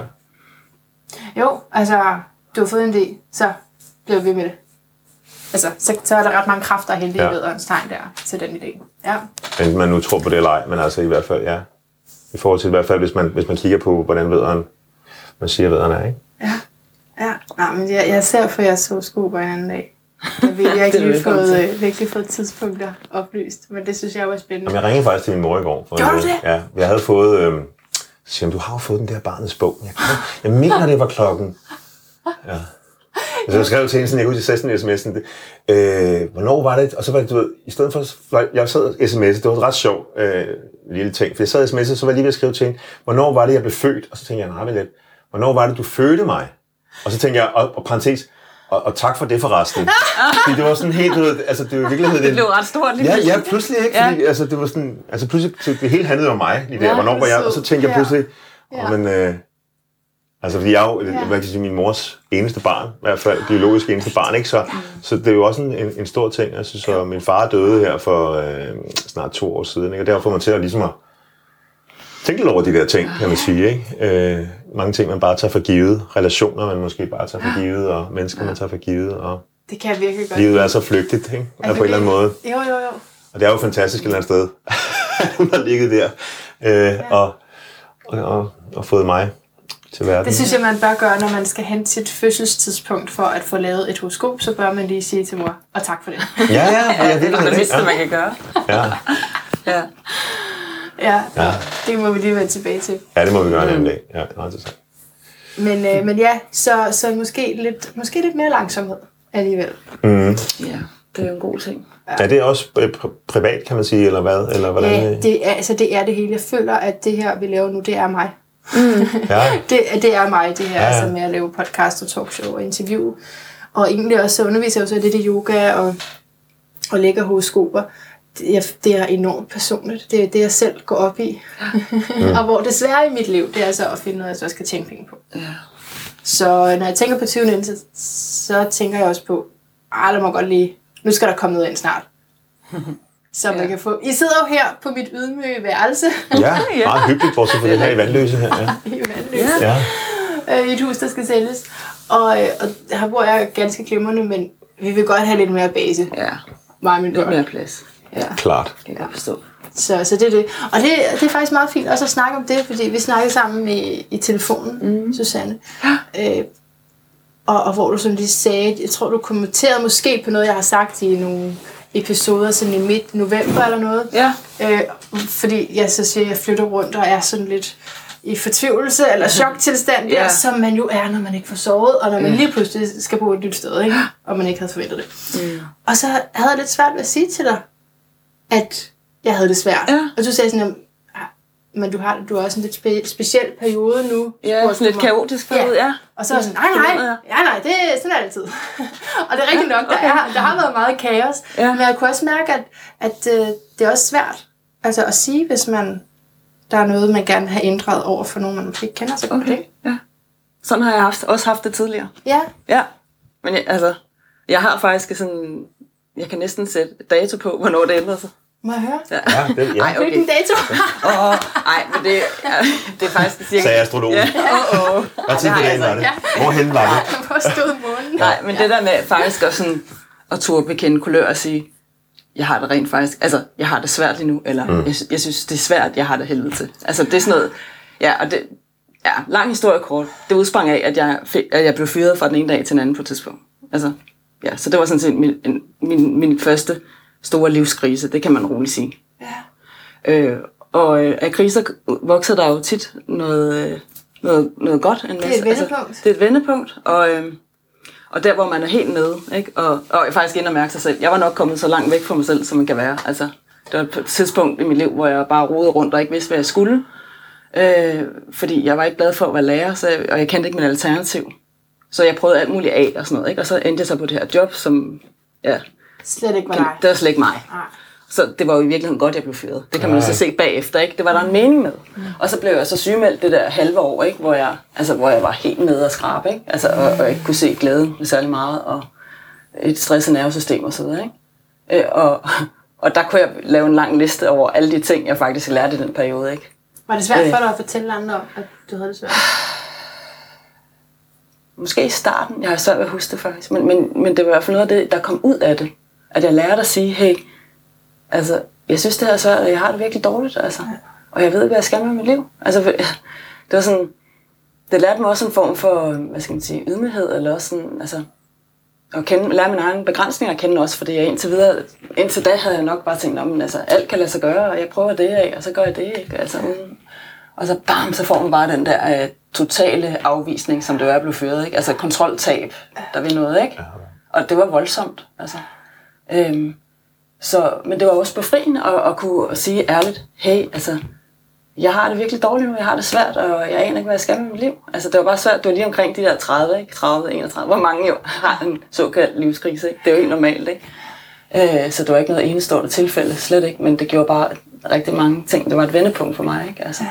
Jo, altså, du har fået en idé, så bliver vi med det. Altså, så er der ret mange kræfter at hente i vædderens tegn der til den idé. Ja. Enten man nu tror på det eller ej, men altså i hvert fald, ja. I forhold til i hvert fald, hvis man kigger på, hvordan man siger, vædderen er, ikke? Ja, nej, men jeg ser for jeres horoskoper en anden dag. Jeg har virkelig fået tidspunkter oplyst, men det synes jeg var spændende. Jamen, jeg ringede faktisk til min mor i går. Gjorde du det? Ja, jeg havde fået... så siger du har jo fået den der barnets bog. Jeg mener, det var klokken. Ja. Så jeg skrev til hende sådan, jeg kunne sige sådan en sms'en. Hvornår var det? Og så var det, du ved, i stedet for, jeg sad sms'et, det var en ret sjov lille ting, for jeg sad sms'et, så var jeg lige ved at skrive til hende, hvornår var det, jeg blev født? Og så tænkte jeg, nej, lidt. Hvornår var det, du fødte mig? Og så tænkte jeg, og parentes, og tak for det forresten. Fordi det var sådan helt, altså det var virkelig... Det blev ret stort lige pludselig. Ja, pludselig ikke, fordi altså, det var sådan, altså pludselig, det hele handlede om mig, lige der, hvornår var jeg, og så tænkte jeg pludselig, altså fordi jeg er jo, hvad kan jeg sige, min mors eneste barn, i hvert fald biologisk eneste barn, ikke? Så det er jo også en stor ting, jeg synes, og min far døde her for snart 2 år siden, ikke? Og derfor får man til at ligesom at tænke lidt over de der ting, kan man sige, ikke? Mange ting, man bare tager for givet. Relationer, man måske bare tager for givet, og mennesker, man tager for givet. Og det kan jeg virkelig godt. Livet er så flygtigt, ikke? På en eller anden måde. Jo. Og det er jo fantastisk et eller andet sted. Hun har ligget der og fået mig til verden. Det synes jeg, man bør gøre, når man skal hente sit fødselstidspunkt for at få lavet et horoskop, så bør man lige sige til mor, og tak for det. Ja, det er det mindste, man kan gøre. Ja, det må vi lige vende tilbage til. Ja, det må vi gøre en anden dag. Ja, det er interessant. Men ja, så måske lidt mere langsomhed alligevel. Ja, det er jo en god ting. Ja, det er også privat, kan man sige, eller hvad? Eller hvordan? Ja, det er det hele. Jeg føler, at det her, vi laver nu, det er mig. Det er mig, det her, altså med at lave podcast og talkshow og interview. Og egentlig også underviser jeg jo så lidt i yoga og lægger horoskoper. Det er enormt personligt. Det er det, jeg selv går op i. Og hvor det svære i mit liv, det er så at finde noget, jeg så skal tjene penge på. Ja. Så når jeg tænker på 20. så tænker jeg også på, der må godt lige, nu skal der komme noget ind snart. Så man kan få... I sidder jo her på mit ydmyge værelse. Ja, meget hyggeligt, bortset fra det her i Vandløse her. Ja. I Vandløse. Ja. I et hus, der skal sælges. Og her bor jeg ganske glimrende, men vi vil godt have lidt mere base. Ja, meget min lidt mere plads. Ja. Klart. Det kan jeg forstå. Så det er det. Og det er faktisk meget fint også at snakke om det, fordi vi snakkede sammen i telefonen, Susanne. og hvor du sådan lige sagde, jeg tror du kommenterede måske på noget, jeg har sagt i nogle episoder sådan i midt november eller noget. Ja. Fordi jeg så siger, at jeg flytter rundt og er sådan lidt i fortvivlelse eller choktilstand, der, som man jo er, når man ikke får sovet, og når man lige pludselig skal bo et nyt sted, ikke? Og man ikke havde forventet det. Og så havde jeg lidt svært ved at sige til dig, at jeg havde det svært. Ja. Og du sagde sådan, men du har også en lidt speciel periode nu. Ja, sådan lidt kaotisk periode, ja. Og så var sådan, nej, det er sådan altid. Og det er rigtigt nok, der har været meget kaos. Ja. Men jeg kunne også mærke, at det er også svært altså at sige, hvis der er noget, man gerne vil have ændret over for nogen, man måske ikke kender sig godt. Ja. Sådan har jeg også haft det tidligere. Ja. Ja, men jeg har faktisk sådan, jeg kan næsten sætte dato på, hvornår det ændrede sig. Må jeg høre? Ja, Ej, okay. Hvilken dato? Men det er faktisk cirka... Sagde astrologen. Hvad tid på dagen var det? Hvorhen var det? Hvor stod månen? Nej, men det der med faktisk også sådan at turde bekende kulør og sige, jeg har det rent faktisk, altså jeg har det svært lige nu, eller jeg synes det er svært, jeg har det helvede til. Altså det er sådan noget, lang historie kort. Det udsprang af, at jeg blev fyret fra den ene dag til den anden på et tidspunkt. Altså, så det var sådan set min første store livskrise, det kan man roligt sige. Ja. Og af kriser vokser der jo tit noget godt. Det er et vendepunkt. Det er et vendepunkt, og der, hvor man er helt nede, ikke? Og faktisk ind og mærke sig selv. Jeg var nok kommet så langt væk fra mig selv, som man kan være. Altså, det var et tidspunkt i mit liv, hvor jeg bare rodede rundt og ikke vidste, hvad jeg skulle. Fordi jeg var ikke glad for at være lærer, og jeg kendte ikke min alternativ. Så jeg prøvede alt muligt af og sådan noget, ikke? Og så endte jeg så på det her job, som... Slet ikke var dig. Det var slet ikke mig. Så det var jo i virkeligheden godt, jeg blev fyret. Det kan man jo så se bagefter, ikke? Det var der en mening med. Og så blev jeg så sygemeldt det der halve år, ikke? Hvor jeg var helt nede og skrabe, ikke? Altså, og ikke kunne se glæden særlig meget, og et stresset nervesystem og så videre, ikke? Og der kunne jeg lave en lang liste over alle de ting, jeg faktisk lærte i den periode, ikke? Var det svært for dig at fortælle andre om, at du havde det svært? Måske i starten. Jeg har svært ved at huske det faktisk. Men det var i hvert fald noget af det, der kom ud af det. At jeg lærte at sige, hey, altså, jeg synes det er svært, og jeg har det virkelig dårligt, altså. Og jeg ved ikke, hvad jeg skal med mit liv. Altså, det var sådan, det lærte mig også en form for, hvad skal man sige, ydmyghed, eller også sådan, altså, at lære min egen begrænsninger at kende også, fordi jeg indtil da havde jeg nok bare tænkt, men altså, alt kan lade sig gøre, og jeg prøver det af, og så gør jeg det, ikke? Altså, og så bam, så får man bare den der totale afvisning, som det var at blive fyret, ikke? Altså kontroltab, der vil noget, ikke? Og det var voldsomt, altså. Men det var også befriende at kunne sige ærligt, hey, altså, jeg har det virkelig dårligt nu, jeg har det svært, og jeg aner ikke, hvad jeg skal med mit liv. Altså, det var bare svært, det var lige omkring de der 30, ikke? 30, 31, hvor mange jo har en såkaldt livskrise, ikke? Det er jo helt normalt, ikke? Så det var ikke noget enestående tilfælde, slet ikke, men det gjorde bare rigtig mange ting. Det var et vendepunkt for mig, ikke? Altså,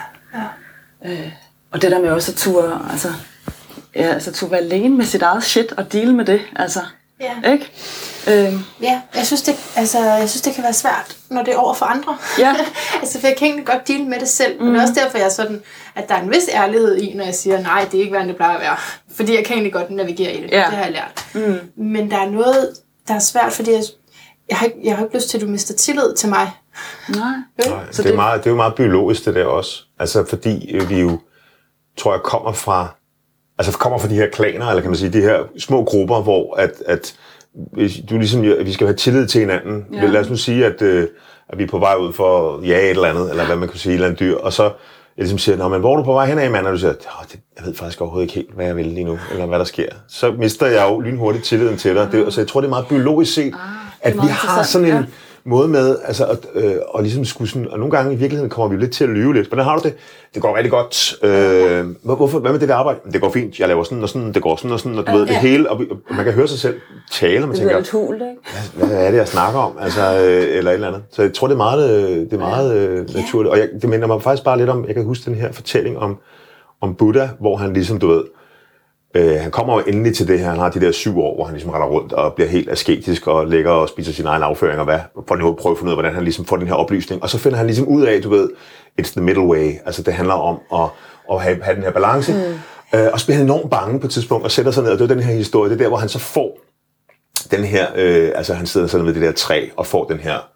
og det der med også at turde være alene med sit eget shit og deal med det, altså, ikke? Ja, jeg synes det kan være svært, når det er over for andre. Ja. Altså, for jeg kan egentlig godt deal med det selv, men det er også derfor, jeg er sådan, at der er en vis ærlighed i, når jeg siger, nej, det er ikke, hvad det plejer at være. Fordi jeg kan egentlig godt navigere i det. Det har jeg lært. Men der er noget, der er svært, fordi jeg har ikke lyst til, at du mister tillid til mig. Nej. Så det er jo meget biologisk, det der også. Altså, fordi vi jo, tror jeg, kommer fra de her klaner, eller kan man sige, de her små grupper, hvor at du ligesom, vi skal have tillid til hinanden. Ja. Lad os nu sige, at vi er på vej ud for at jage et eller andet, eller hvad man kan sige, et eller andet dyr, og så jeg ligesom siger, men hvor er du på vej hen af, mand? Og du siger, jeg ved faktisk overhovedet ikke helt, hvad jeg vil lige nu, eller hvad der sker. Så mister jeg jo lynhurtigt tilliden til dig. Så jeg tror, det er meget biologisk set, at vi har sådan en måde med, altså, og ligesom skulle sådan, og nogle gange i virkeligheden kommer vi lidt til at lyve lidt. Hvordan har du det? Det går rigtig godt. Hvad med det der arbejde? Det går fint. Jeg laver sådan og sådan, det går sådan og sådan, og du ved det hele, og man kan høre sig selv tale, og man tænker, lidt hult, ikke? Hvad er det, jeg snakker om? Altså, eller et eller andet. Så jeg tror, det er meget naturligt. Og det minder mig faktisk bare lidt om, jeg kan huske den her fortælling om Buddha, hvor han ligesom, du ved, han kommer jo endelig til det her, han har de der 7 år, hvor han ligesom render rundt og bliver helt asketisk og ligger og spiser sin egen afføring og for at prøve at finde ud af, hvordan han ligesom får den her oplysning. Og så finder han ligesom ud af, du ved, it's the middle way. Altså det handler om at have den her balance. Og så bliver han enormt bange på et tidspunkt og sætter sig ned, og det er den her historie, det er der, hvor han så får den her, altså han sidder sådan ved det der træ og får den her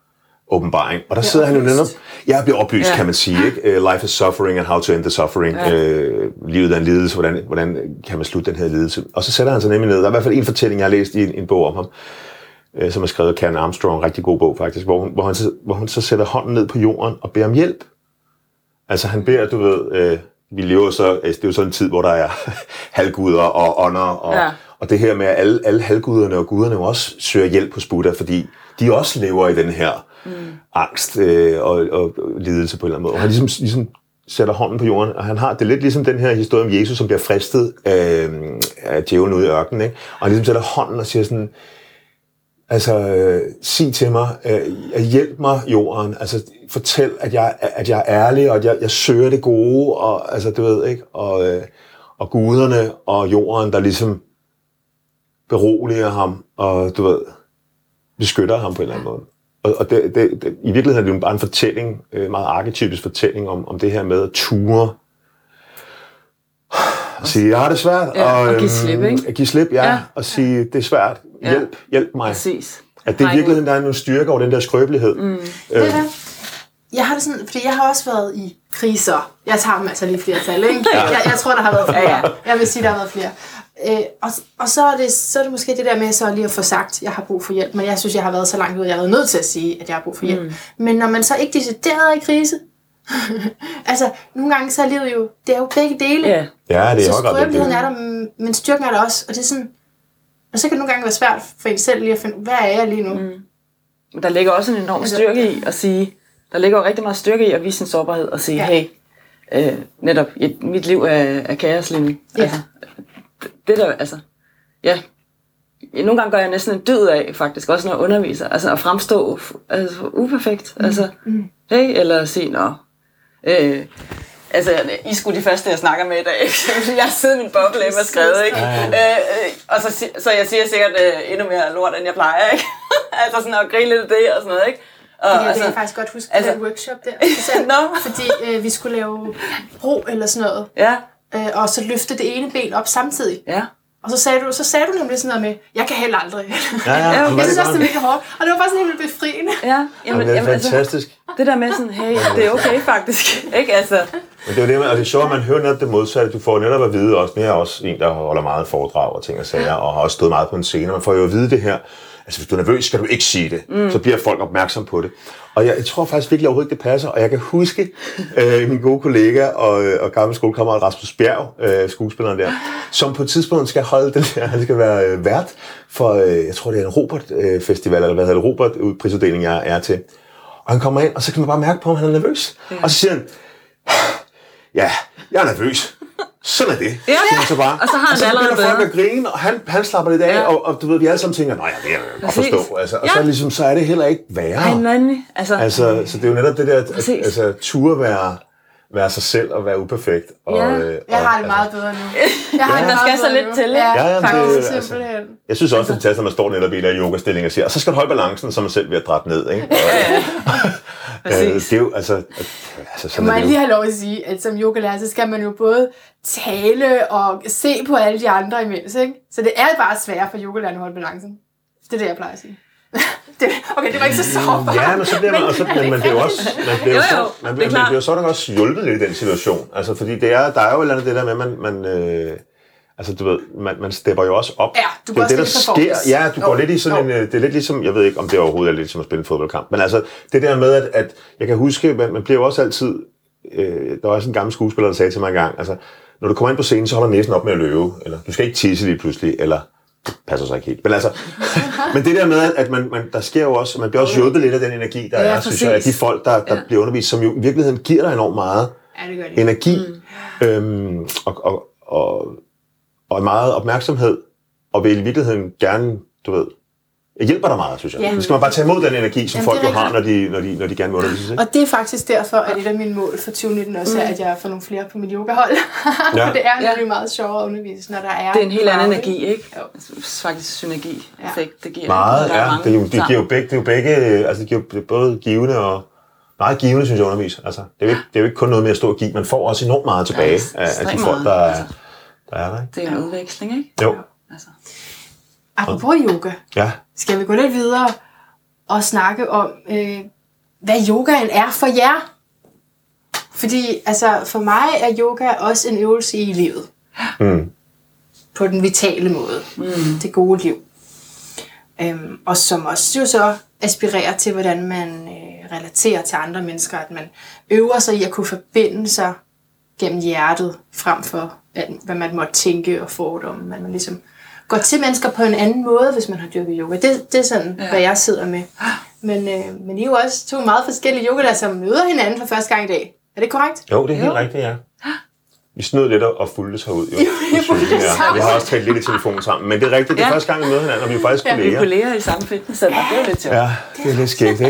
åbenbaring. Og der sidder han jo netop... Jeg bliver oplyst, kan man sige, ikke? Life is suffering and how to end the suffering. Livet er en lidelse, hvordan kan man slutte den her lidelse? Og så sætter han sig nemlig ned. Der er i hvert fald en fortælling, jeg har læst i en bog om ham, som er skrevet af Karen Armstrong, en rigtig god bog faktisk, hvor hun så sætter hånden ned på jorden og beder om hjælp. Altså han beder, du ved... vi lever så... Altså, det er jo sådan en tid, hvor der er halvguder og ånder, og det her med, at alle halvguderne og guderne jo også søger hjælp hos Buddha, fordi de også lever i den her angst og lidelse på en eller anden måde. Og han ligesom sætter hånden på jorden, og han har det lidt ligesom den her historie om Jesus, som bliver fristet af djævlen ude i ørkenen, ikke? Og han ligesom sætter hånden og siger sådan, altså, sig til mig, hjælp mig jorden, altså fortæl, at jeg er ærlig, og at jeg søger det gode, og altså, du ved, ikke? Og guderne og jorden, der ligesom beroliger ham, og du ved, beskytter ham på en eller anden måde. Og det, i virkeligheden er det jo bare en fortælling, meget arketypisk fortælling om det her med at ture. Og sige, jeg har det svært. Og give slip, ikke? At give slip, og sige, det er svært. Hjælp mig. Præcis. At det i virkeligheden, der er nogle styrke over den der skrøbelighed. Jeg har det sådan, fordi jeg har også været i kriser. Jeg tager dem altså lige flertal, ikke? Jeg tror, der har været flere. Jeg vil sige, der har været flere. Og så er det måske det der med så lige at få sagt, at jeg har brug for hjælp. Men jeg synes, jeg har været så langt ud, at jeg har været nødt til at sige, at jeg har brug for hjælp. Men når man så ikke decideret er i krise, altså nogle gange så er livet jo, det er jo begge dele. Ja, det er så jo godt. skrøbeligheden er der, men styrken er der også. Og det er sådan, og så kan det nogle gange være svært for en selv lige at finde, hvad er jeg lige nu? Der ligger også en enorm styrke i at sige, der ligger jo rigtig meget styrke i at vise sin sårbarhed og sige, hey, netop, mit liv er kaos lige nu. Altså, det der, altså, nogle gange gør jeg næsten en dyd af, faktisk, også når jeg underviser, altså at fremstå uperfekt, altså, hey, eller sige, altså, I skulle de første, jeg snakker med i dag, jeg har siddet i min boble og skrevet, ikke? Og så jeg siger sikkert endnu mere lort, end jeg plejer, ikke? Altså sådan at grine lidt af det og sådan noget, ikke? Og, det kan jeg faktisk godt huske på en workshop der, fordi vi skulle lave ro eller sådan noget, og så løfte det ene ben op samtidig. Ja. Og så sagde du nemlig sådan noget med, jeg kan heller aldrig. Jeg synes også, det er virkelig hårdt. Og det var bare sådan helt befriende. Ja, jamen, det er fantastisk. Altså, det der med sådan, hey, det er okay faktisk. Ikke? Altså. Men det er jo det med, og det er sjovt, at man hører netop det modsatte. Du får netop at vide også, men jeg er også en, der holder meget foredrag og ting og sager, og har også stået meget på en scene. Man får jo at vide det her. Altså, hvis du er nervøs, skal du ikke sige det. Så bliver folk opmærksom på det. Og jeg tror faktisk virkelig overhovedet ikke, det passer. Og jeg kan huske min gode kollega og gamle skolekammerat Rasmus Bjerg, skuespilleren der, som på et tidspunkt skal holde den der, han skal være vært for, jeg tror det er en Robert-festival, eller hvad hedder det, Robert-prisuddeling, jeg er til. Og han kommer ind, og så kan man bare mærke på, om han er nervøs. Og så siger han, ja, jeg er nervøs. Sådan er det. Ja. Så bare. Og så har han det allerede bedre. Folk at grine, og han slapper lidt af, og du ved, vi alle sammen tænker, nej, det kan jeg godt forstå. Altså, og så, ligesom, så er det heller ikke værre. Altså, så det er jo netop det der, at ture være sig selv og være uperfekt. Og, jeg har det meget bedre nu. Der skal så lidt til, ikke? Jeg synes også, det er når man står netop i der yogastilling og siger, og så skal du holde balancen, så man selv bliver dræbt ned. Ikke? Det er jo, altså sådan må jeg lige have lov at sige, at som yogalærer, så skal man jo både tale og se på alle de andre imens, ikke? Så det er bare svært for yogalærerne at holde balancen. Det er det, jeg plejer at sige. Okay, det var ikke så sårbart. Ja, men så bliver man, men det er jo også, man bliver jo sådan også hjulpet lidt i den situation. Altså, fordi der er jo et eller andet det der med, man altså, du ved, man stepper jo også op. Ja, du går det, der sker. Ja, du går lidt i sådan en, det er lidt ligesom, jeg ved ikke, om det overhovedet er lidt ligesom at spille en fodboldkamp, men altså, det der med, at jeg kan huske, man bliver jo også altid, der var også en gammel skuespiller, der sagde til mig engang, altså, når du kommer ind på scenen, så holder næsen op med at løbe, eller du skal ikke tisse lige pludselig, eller det passer sig ikke helt. Men altså, men det der med, at man der sker jo også, man bliver også hjulpet lidt af den energi, der er, synes jeg, af de folk, der bliver undervist, som jo i virkeligheden giver dig enormt meget energi, og meget opmærksomhed, og vil i virkeligheden gerne, du ved, hjælper dig meget, synes jeg. Ja. Så skal man bare tage imod den energi, som folk jo har, når de gerne vil undervises. Og det er faktisk derfor, at et af mine mål for 2019 også er, at jeg får nogle flere på mit yogahold. For det er nemlig meget sjovere at undervise, når der er... Det er en helt anden energi, ikke? Faktisk synergi-effekt, det giver. Meget, det giver jo begge, altså det giver både givende og... Meget givende, synes jeg, undervise. Altså, det er jo ikke kun noget med at stå og give, man får også enormt meget tilbage af de folk, der er der, ikke? Det er en udveksling, ikke? Jo. Altså. Apropos yoga, skal vi gå lidt videre og snakke om hvad yogaen er for jer. Fordi altså, for mig er yoga også en øvelse i livet. På den vitale måde. Det gode liv. Og som også jo så aspirerer til, hvordan man relaterer til andre mennesker. At man øver sig i at kunne forbinde sig gennem hjertet, frem for hvad man måtte tænke og fordomme. Man ligesom går til mennesker på en anden måde, hvis man har dyrket yoga. Det er sådan, hvad jeg sidder med. Men I er jo også to meget forskellige yogalærere, som møder hinanden for første gang i dag. Er det korrekt? Jo, det er helt rigtigt, ja. Vi snød lidt og fulgtes herud. Jo, vi har også talt lidt i telefonen sammen. Men det er rigtigt, det er første gang, vi møder hinanden, og vi er faktisk kolleger. Vi er kolleger i samme fitnesscenter. Det er jo lidt sjovt. Ja, det er lidt skægt,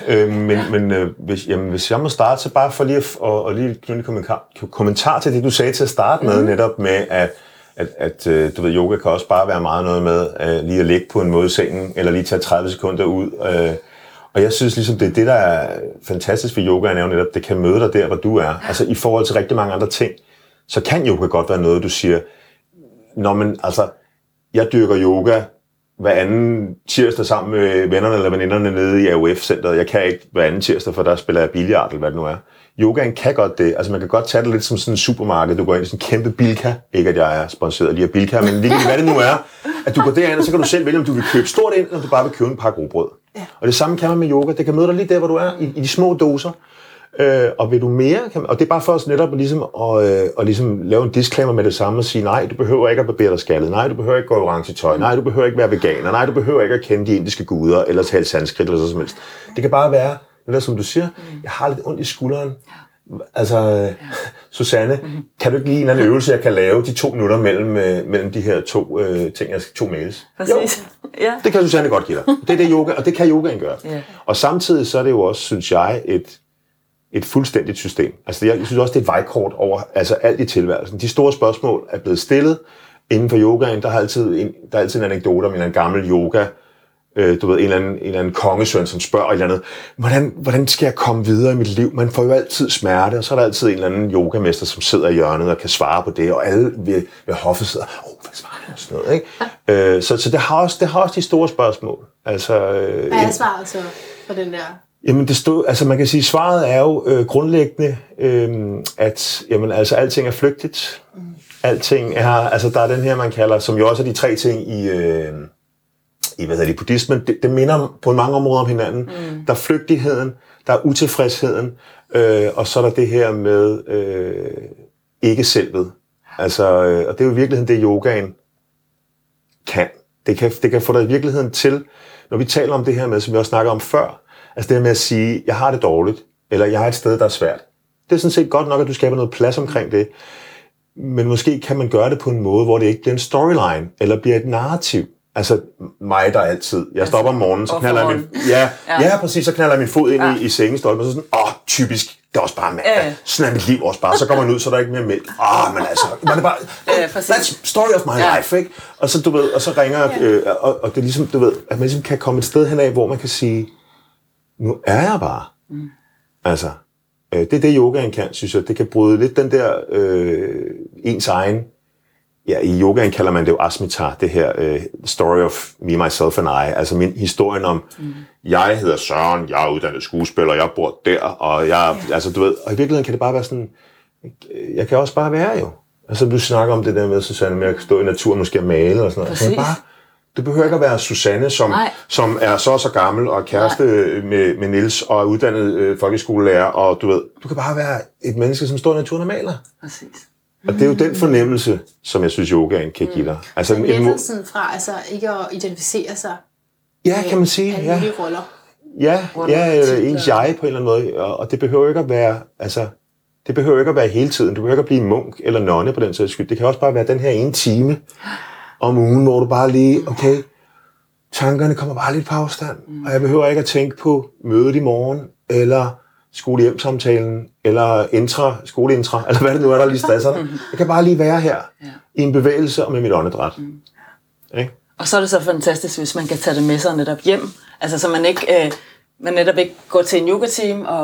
ikke? Hvis jeg må starte, så bare for lige at lige knytte en kommentar til det, du sagde til at starte med, netop med, at du ved, yoga kan også bare være meget noget med lige at ligge på en måde i sengen, eller lige tage 30 sekunder ud. Og jeg synes ligesom, det er det, der er fantastisk ved yoga, er jo netop, det kan møde dig der, hvor du er. Altså i forhold til rigtig mange andre ting, så kan yoga godt være noget, du siger, når man, altså, jeg dyrker yoga hver anden tirsdag sammen med vennerne eller veninderne nede i AOF-centret. Jeg kan ikke hver anden tirsdag, for der spiller jeg billard, eller hvad det nu er. Yogaen kan godt det. Altså man kan godt tage det lidt som sådan en supermarked. Du går ind i sådan en kæmpe Bilka. Ikke at jeg er sponsoreret lige af Bilka, men lige hvad det nu er. At du går derind, og så kan du selv vælge, om du vil købe stort ind, eller om du bare vil købe en pakke rugbrød. Ja. Og det samme kan man med yoga. Det kan møde dig lige der, hvor du er, i de små doser. Og vil du mere, og det er bare for os netop at ligesom lave en disclaimer med det samme og sige, nej, du behøver ikke at barbere dig skaldet, nej, du behøver ikke gå i orange tøj, nej, du behøver ikke være veganer, nej, du behøver ikke at kende de indiske guder, eller tale sanskrit eller så som helst. Det kan bare være, det som du siger, jeg har lidt ondt i skulderen. Altså, Susanne, kan du ikke lige en anden øvelse, jeg kan lave de 2 minutter mellem de her to mails? Præcis. Jo, det kan Susanne godt give dig. Det er det yoga, og det kan yogaen gøre. Yeah. Og samtidig så er det jo også, synes jeg, et fuldstændigt system. Altså, jeg synes også, det er et vejkort over altså alt i tilværelsen. De store spørgsmål er blevet stillet inden for yogaen. Der er altid en anekdote om en gammel yoga. Du ved, en eller anden kongesøn, som spørger et eller andet, hvordan skal jeg komme videre i mit liv? Man får jo altid smerte, og så er der altid en eller anden yogamester, som sidder i hjørnet og kan svare på det, og alle ved hoffet sidder, hvad svarer han? Sådan noget, ikke? Så det har også de store spørgsmål. Altså, hvad er svaret så for den der? Jamen altså man kan sige, svaret er jo grundlæggende, at jamen, altså, alting er flygtigt. Alting er, altså der er den her, man kalder, som jo også er de 3 ting i buddhismen, det minder på mange områder om hinanden. Der er flygtigheden, der er utilfredsheden, og så er der det her med ikke-selvet. Altså, og det er jo i virkeligheden det, yogaen kan. Det kan få dig i virkeligheden til, når vi taler om det her med, som vi også snakker om før, altså det her med at sige, jeg har det dårligt, eller jeg har et sted, der er svært. Det er sådan set godt nok, at du skaber noget plads omkring det, men måske kan man gøre det på en måde, hvor det ikke bliver en storyline, eller bliver et narrativ. Altså mig, der altid. Jeg stopper om morgenen, så knalder jeg min... præcis, så knalder jeg min fod ind i sengestolpen, og så sådan, typisk, det er også bare mandag. Sådan er mit liv også bare. Så kommer man ud, så er der ikke mere mælk. Men altså, man er bare... That's story of my life, ikke? Og så, du ved, og så ringer... og det er ligesom, du ved, at man ligesom kan komme et sted hen af, hvor man kan sige, nu er jeg bare. Altså, det er det, yogaen kan, synes jeg. Det kan bryde lidt den der ens egen... Ja, i yogaen kalder man det jo asmita, det her story of me, myself and I. Altså historien om, jeg hedder Søren, jeg er uddannet skuespiller, jeg bor der, og jeg, altså du ved, og i virkeligheden kan det bare være sådan, jeg kan også bare være jo. Altså du snakker om det der med, Susanne, med at stå i naturen, måske at male og sådan noget. Altså, du behøver ikke at være Susanne, som er så gammel og er kæreste med Niels og er uddannet folkeskolelærer, og du ved, du kan bare være et menneske, som står i naturen og maler. Præcis. Og det er jo den fornemmelse, som jeg synes, yogaen kan give dig. Altså, lettelsen fra altså ikke at identificere sig kan man sige. Alle mulige roller. Ja, ens jeg på en eller anden måde. Og det behøver ikke at være, altså, det behøver ikke at være hele tiden. Du behøver ikke at blive munk eller nonne på den sags skyld. Det kan også bare være den her ene time om ugen, hvor du bare lige, okay, tankerne kommer bare lidt på afstand. Og jeg behøver ikke at tænke på mødet i morgen, eller skole-hjem-samtalen, eller skoleintra, eller hvad det nu er, der lige stresser dig. Jeg kan bare lige være her, i en bevægelse og med mit åndedræt. Ikke? Og så er det så fantastisk, hvis man kan tage det med sig netop hjem. Altså så man netop ikke går til en yoga-team og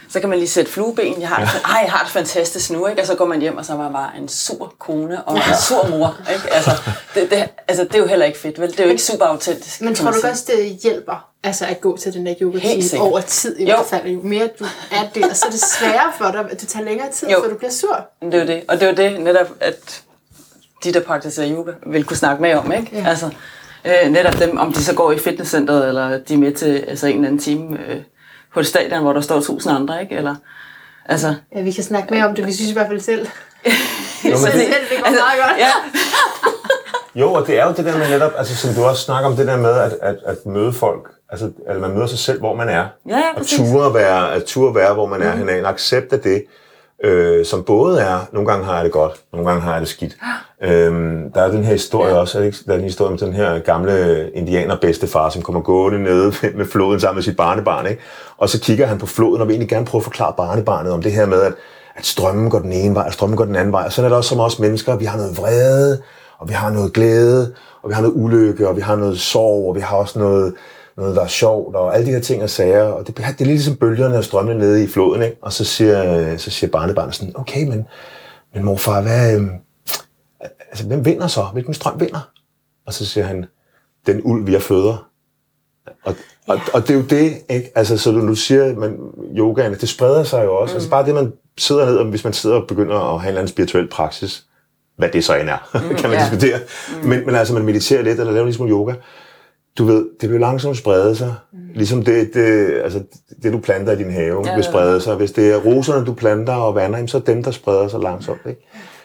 Så kan man lige sætte flueben. Jeg har det fantastisk nu, ikke? Og så går man hjem, og så er man bare en sur kone og en sur mor, ikke? Altså, det er jo heller ikke fedt, vel? Det er jo ikke super autentisk. Men tror du også, det hjælper at gå til den der yoga-time over tid i hvert fald? Jo mere du er der, så er det sværere for dig, at det tager længere tid, før du bliver sur. Det er jo det. Og det er jo det netop, at de, der praktiserer yoga, vil kunne snakke med om, ikke? Ja. Altså, netop dem, om de så går i fitnesscenteret, eller de er med til en eller anden time på et stadion, hvor der står 1000 andre, ikke? Eller, altså... Ja, vi kan snakke mere om det, vi synes i hvert fald selv. Det går meget godt. Ja. Jo, og det er jo det der med netop, altså som du også snakker om, det der med at møde folk, altså at man møder sig selv, hvor man er, og ture være, hvor man er hinanden, accept af det, som både er, nogle gange har jeg det godt, nogle gange har jeg det skidt. Der er den her historie også, der er en historie om den her gamle indianerbedstefar, som kommer gående nede med floden sammen med sit barnebarn, ikke? Og så kigger han på floden, og vil egentlig gerne prøve at forklare barnebarnet om det her med, at strømmen går den ene vej, og strømmen går den anden vej. Og sådan er det også som os mennesker, vi har noget vrede, og vi har noget glæde, og vi har noget ulykke, og vi har noget sorg, og vi har også noget der er sjovt, og alle de her ting og sager. Og det er lidt ligesom bølgerne og strømmene nede i floden, ikke? Og så siger barnebarnet sådan, okay, men morfar, hvem vinder så? Hvilken strøm vinder? Og så siger han, den ulv, vi føder. Og det er jo det, ikke? Altså, så du siger, men yogaen, det spreder sig jo også. Altså bare det, man sidder ned, og hvis man sidder og begynder at have en eller anden spirituel praksis, hvad det så end er, kan man diskutere. Men altså, man mediterer lidt, eller laver ligesom yoga. Du ved, det vil langsomt sprede sig. Ligesom det, du planter i din have, vil sprede sig. Hvis det er roserne, du planter og vander, så er dem, der spreder sig langsomt, ikke?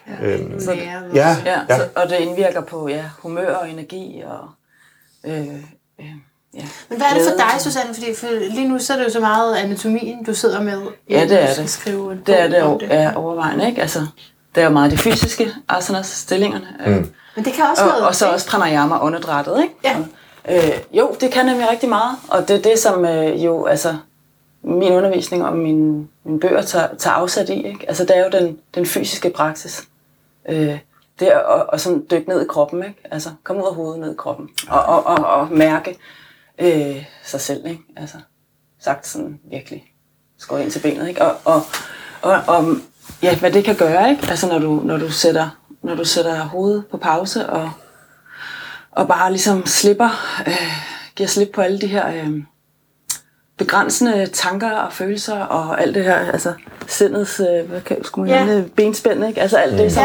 Og det indvirker på humør og energi og... Men hvad er det for dig, Susanne? Fordi lige nu så er det jo så meget anatomien, du sidder med. Ja, det er det. Det er det overvejende, ikke? Altså, det er jo meget de fysiske asanas, stillingerne. Men det kan også noget. Og så også pranayama, åndedrættet, ikke? Ja. Jo, det kan nemlig rigtig meget. Og det er det, som min undervisning og mine bøger tager afsat i, ikke? Altså, det er jo den fysiske praksis. Det er at sådan dykke ned i kroppen, ikke? Altså, komme ud af hovedet ned i kroppen. Og mærke sig selv, ikke? Altså, sagt sådan virkelig skåret ind til benet, ikke? Og hvad det kan gøre, ikke? Altså, når du sætter hovedet på pause og bare ligesom giver slip på alle de her begrænsende tanker og følelser og alt det her, altså sindets, benspænd, ikke? Altså alt det,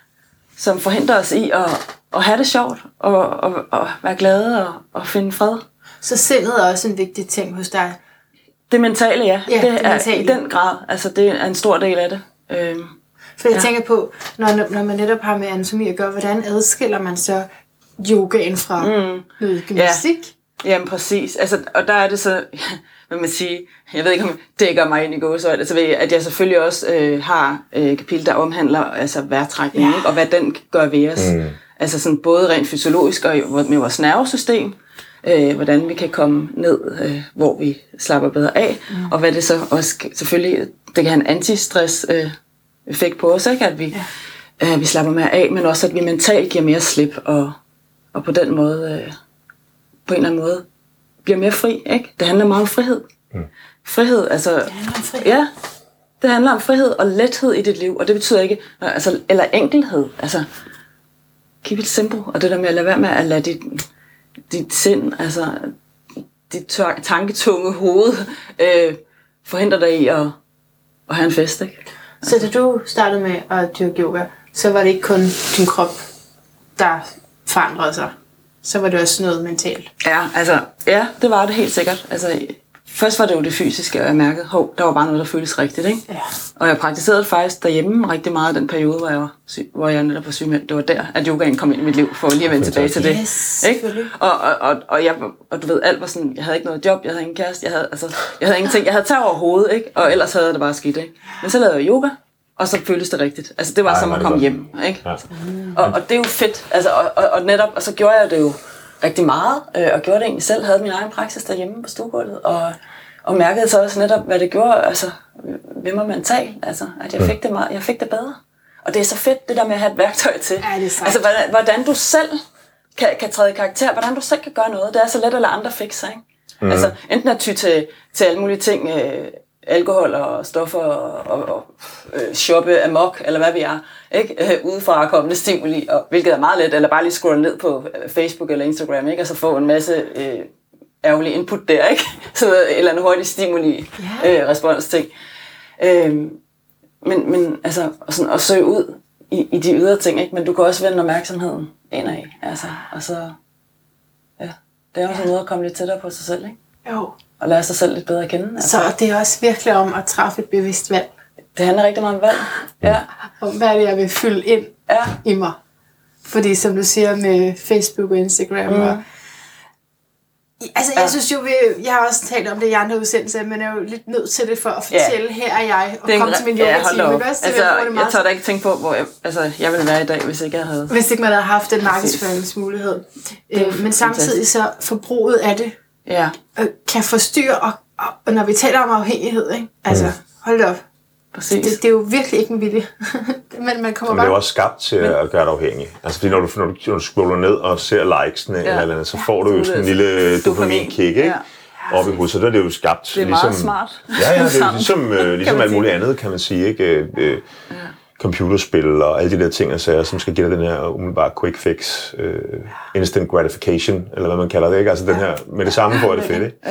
som forhindrer os i at have det sjovt og være glade og finde fred. Så sindet er også en vigtig ting hos dig? Det mentale, ja. Det er mentale. I den grad. Altså, det er en stor del af det. For jeg tænker på, når man netop har med anatomi at gøre, hvordan adskiller man så yogaen fra noget gymnastik? Ja. Jamen præcis. Altså, og der er det så, hvad man siger, jeg ved ikke om det dækker mig ind i gåsøjne, altså at jeg selvfølgelig også har kapitel, der omhandler altså vejrtrækning, ikke? Og hvad den gør ved os. Altså sådan både rent fysiologisk og med vores nervesystem, hvordan vi kan komme ned, hvor vi slapper bedre af, og hvad det så også selvfølgelig, det kan have en antistress effekt på os, ikke? At vi slapper mere af, men også at vi mentalt giver mere slip, og på den måde, på en eller anden måde, bliver mere fri, ikke? Det handler meget om frihed. Frihed, altså... Det handler om frihed. Ja, det handler om frihed og lethed i dit liv, og det betyder ikke... Altså, eller enkelhed, altså... Keep it simple, og det der med at lade være med at lade dit sind, altså... Dit tanketunge hoved, forhindre dig i at have en fest, ikke? Så da du startede med at dyrke yoga, så var det ikke kun din krop, der forandrede sig? Så var det også noget mentalt? Ja, det var det helt sikkert. Altså, først var det jo det fysiske, og jeg mærkede, der var bare noget, der føltes rigtigt, ikke? Ja. Og jeg praktiserede faktisk derhjemme rigtig meget den periode, hvor jeg netop var sygemeldt. Det var der, at yogaen kom ind i mit liv, for lige at vende tilbage til det. Ikke? Og du ved, alt var sådan, jeg havde ikke noget job, jeg havde ingen kæreste, jeg havde ingenting, jeg havde tag over hovedet, ikke? Og ellers havde det bare skidt, ikke? Men så lavede jeg yoga, og så føltes det rigtigt. Altså, det var som at komme hjem, ikke? Ja. Og det er jo fedt, altså, og netop, og så gjorde jeg det jo rigtig meget, og gjorde det egentlig selv, havde min egen praksis derhjemme på stuegulvet, og mærkede så også netop, hvad det gjorde, altså, ved mig mentalt, altså, at jeg fik det bedre. Og det er så fedt, det der med at have et værktøj til. Ja, det er altså, hvordan du selv kan træde i karakter, hvordan du selv kan gøre noget, det er så let at lade andre fikse, ikke? Altså, enten at ty til alle mulige ting, alkohol og stoffer og shoppe amok, eller hvad vi er, ikke? Udefra kommende stimuli, og, hvilket er meget let, eller bare lige scrolle ned på Facebook eller Instagram, ikke? Og så få en masse ærgerlig input der, ikke? Så et eller andet hurtigt stimuli respons ting. Men altså, sådan at søge ud i de ydre ting, ikke? Men du kan også vende opmærksomheden indad, altså, og så, ja, det er også en måde at komme lidt tættere på sig selv, ikke? Jo. Og lære sig selv lidt bedre at kende. Altså. Så det er også virkelig om at træffe et bevidst valg. Det handler rigtig meget om valg. Ja. Om hvad det er, jeg vil fylde ind i mig. Fordi som du siger med Facebook og Instagram og altså, jeg synes jo, jeg har også talt om det i andre udsendelser, men jeg er jo lidt nødt til det for at fortælle, her er jeg, og komme til min yoga-time. Jeg tør da ikke tænke på, hvor jeg ville være i dag, hvis ikke jeg havde... Hvis ikke man havde haft en markedsføringsmulighed. Men samtidig så forbruget af det kan forstyrre, og når vi taler om afhængighed, ikke? Altså, hold op. Det er jo virkelig ikke en vilje. Men man kommer det er jo også skabt til at gøre dig afhængig. Altså, fordi når du scroller ned og ser likesene eller andet, så får du jo sådan en lille dopamin-kick, ikke? Op i hovedet. Så der er det jo skabt. Det er ligesom, meget smart. Ja, det er ligesom alt muligt andet, kan man sige, ikke? Computerspil og alle de der ting, som skal give dig den her umiddelbare quick fix, instant gratification, eller hvad man kalder det, ikke? Altså den her, med det samme får det fedt, ikke?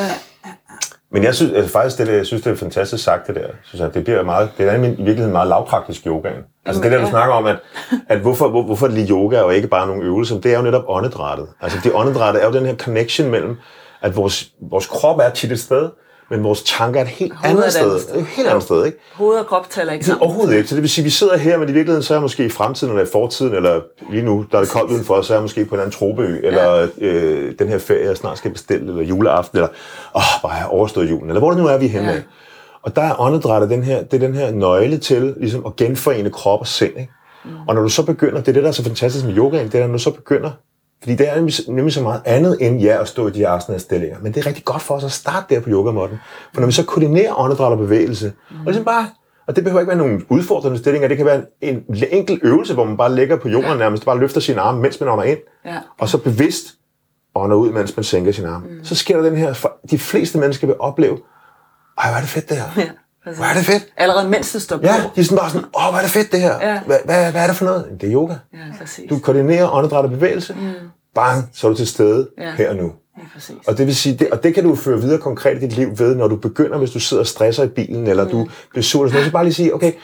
Men jeg synes faktisk, det er fantastisk sagt, det der. Synes jeg, det er i virkeligheden meget lavpraktisk yoga. Altså det der, du snakker om, at hvorfor det lige yoga og ikke bare nogle øvelser, det er jo netop åndedrættet. Altså det åndedrættet er jo den her connection mellem, at vores krop er tit et sted, men vores tanker er et helt andet sted. Ikke? Hoved og krop taler ikke sammen. Overhovedet ikke. Så det vil sige, at vi sidder her, men i virkeligheden så er jeg måske i fremtiden, eller i fortiden, eller lige nu, der er det koldt udenfor, så er jeg måske på en anden tropeø, eller den her ferie, jeg snart skal bestille, eller juleaften, eller bare jeg har overstået julen, eller hvor det nu er, vi er henne af. Og der er åndedrættet det er den her nøgle til ligesom at genforene krop og sind. Ikke? Og når du så begynder, det er det, der er så fantastisk med yogaen, det er, når du så begynder, fordi det er nemlig så meget andet end at stå i de asana-stillinger. Men det er rigtig godt for os at starte der på yogamåtten. For når vi så koordinerer åndedræt og bevægelse, og ligesom og det behøver ikke være nogle udfordrende stillinger, det kan være en enkel øvelse, hvor man bare ligger på jorden nærmest, bare løfter sine arme, mens man ånder ind, og så bevidst ånder ud, mens man sænker sine arme. Så sker der den her, de fleste mennesker vil opleve, hvor er det fedt det her. Hvor er det fedt. Allerede mens det står på. Ja, de er sådan bare sådan, hvor er det fedt det her. Hvad er det for noget? Det er yoga. Ja, præcis. Du koordinerer åndedræt og bevægelse. Bang, så er du til stede her og nu. Ja, præcis. Og det vil sige, og det kan du føre videre konkret i dit liv ved, når du begynder, hvis du sidder og stresser i bilen, eller du bliver sur, eller sådan noget, så bare lige sige, okay.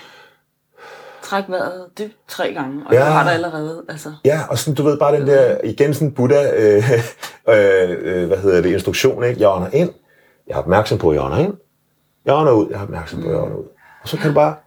Træk vejret dybt 3 gange, og du har der allerede. Altså. Ja, og sådan, du ved bare den der, igen sådan Buddha, instruktion, ikke? Jeg ånder ind, jeg er opmærksom på, at jeg ånder ind, jeg ånder ud, jeg er opmærksom på, at jeg ånder ud. Og så kan du bare,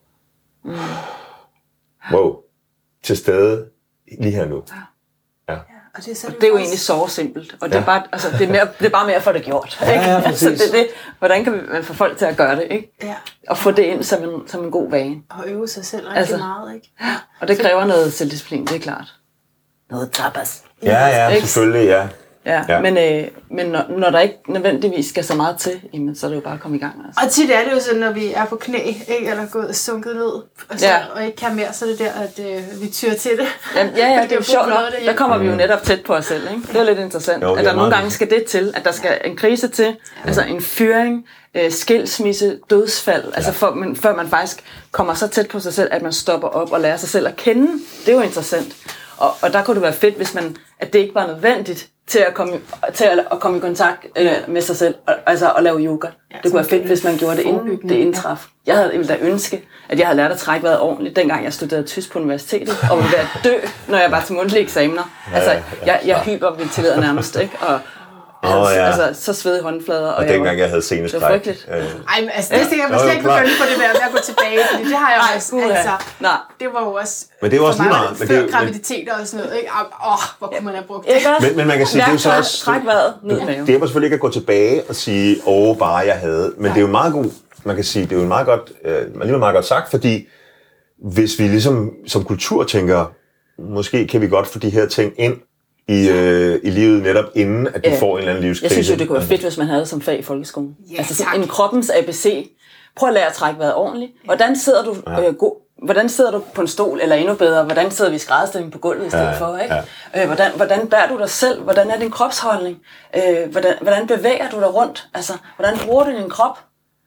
til stede lige her nu. Ja. Og det er jo egentlig så simpelt, og det er bare, altså, det er bare mere at få det gjort. Ikke? Ja, altså, det, hvordan kan man få folk til at gøre det, ikke? Ja. Og få det ind som en god vane. Og øve sig selv rigtig meget, ikke? Ja. Og det kræver noget selvdisciplin, det er klart. Noget tapas. Ja, selvfølgelig, ja. Ja. Men når der ikke nødvendigvis skal så meget til, jamen, så er det jo bare at komme i gang. Altså. Og tit er det jo sådan, når vi er på knæ, ikke? Eller gået sunket ned, og ikke kan mere, så er det der, at vi tyrer til det. Jamen, ja, det er jo sjovt nok. Der kommer vi jo netop tæt på os selv. Ikke? Det er lidt interessant, at der nogle gange skal det til, at der skal en krise til, altså en fyring, skilsmisse, dødsfald, altså før man faktisk kommer så tæt på sig selv, at man stopper op og lærer sig selv at kende. Det er jo interessant. Og der kunne det være fedt, hvis at det ikke var nødvendigt til at komme i kontakt med sig selv, altså at lave yoga. Ja, det kunne være fedt, hvis man gjorde det inden det indtraf. Jeg ville da ønske, at jeg havde lært at trække vejret ordentligt, dengang jeg studerede tysk på universitetet, og ville være dø, når jeg var til mundtlige eksamener. Altså, jeg hyperventilerede nærmest, ikke? Og altså, så svedige håndflader. Og dengang jeg havde seneskræk. Det var frygteligt. Ej, men altså, det skal jeg måske ikke begynde på det med at gå tilbage, fordi det har jeg også. Altså, det var jo også, men det var også lige meget. Før graviditet og sådan noget, ikke? Hvor kunne man have brugt det? Men man kan sige, det er jo så også... Træk vejret ned i maven. Det er selvfølgelig ikke at gå tilbage og sige, bare jeg havde. Men det er jo meget godt, man kan sige, det er jo meget godt sagt, fordi hvis vi ligesom som kultur tænker, måske kan vi godt få de her ting ind i livet netop inden, at de får en eller anden livskrise. Jeg synes jo, det kunne være fedt, hvis man havde som fag i folkeskolen. Altså en kroppens ABC. Prøv at lære at trække vejret ordentligt. Hvordan sidder du på en stol, eller endnu bedre, hvordan sidder vi i skrædderstilling på gulvet i stedet for, ikke? Ja. Hvordan bærer du dig selv? Hvordan er din kropsholdning? Hvordan bevæger du dig rundt? Altså, hvordan bruger du din krop?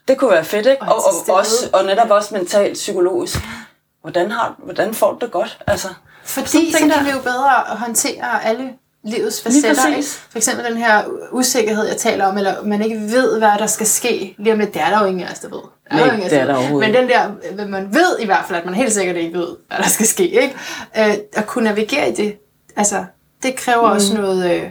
Det kunne være fedt, ikke? Og netop også mentalt, psykologisk. Hvordan får du det godt? Altså, fordi så kan vi jo bedre håndtere alle livets facetter. For eksempel den her usikkerhed, jeg taler om, eller man ikke ved, hvad der skal ske. Lige om lidt, det er der jo ingen af os, der ved. Nej, det er der overhovedet. Men den der, man ved i hvert fald, at man helt sikkert ikke ved, hvad der skal ske. Ikke? At kunne navigere i det, altså, det kræver også noget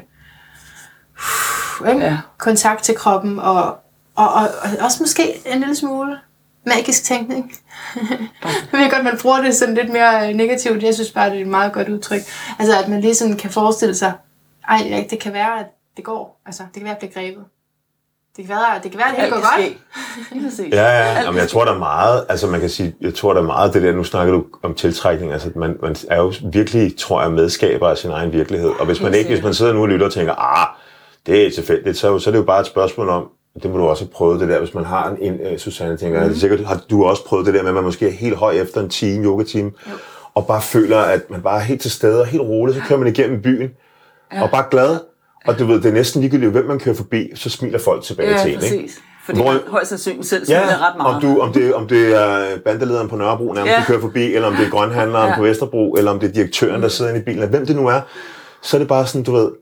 kontakt til kroppen, og også måske en lille smule magisk tænkning. Jeg ved godt, man bruger det sådan lidt mere negativt. Jeg synes bare, det er et meget godt udtryk. Altså, at man lige sådan kan forestille sig, det kan være, at det går. Altså, det kan være, at det bliver grebet. Det kan være, at det hele går godt. Ja. Jamen, jeg tror, der er meget, altså man kan sige, jeg tror, der er meget det der, nu snakker du om tiltrækning, altså man er jo virkelig, tror jeg, medskaber af sin egen virkelighed. Og hvis man sidder nu og lytter og tænker, det er tilfældigt, så er det jo bare et spørgsmål om, det må du også have prøvet det der, hvis man har Susanne, tænker jeg, sikkert har du også prøvet det der med, at man måske er helt høj efter en yoga-time, og bare føler, at man bare er helt til stede og helt roligt, så kører man igennem byen, og bare glad, og du ved, det er næsten ligegyldigt, hvem man kører forbi, så smiler folk tilbage til en, ikke? Præcis. Fordi man højst sandsynligt selv smiler ret meget. Om det er bandelederen på Nørrebro, nærmest du kører forbi, eller om det er grønhandleren på Vesterbro, eller om det er direktøren, der sidder inde i bilen, eller hvem det nu er, så er det bare sådan, du ved,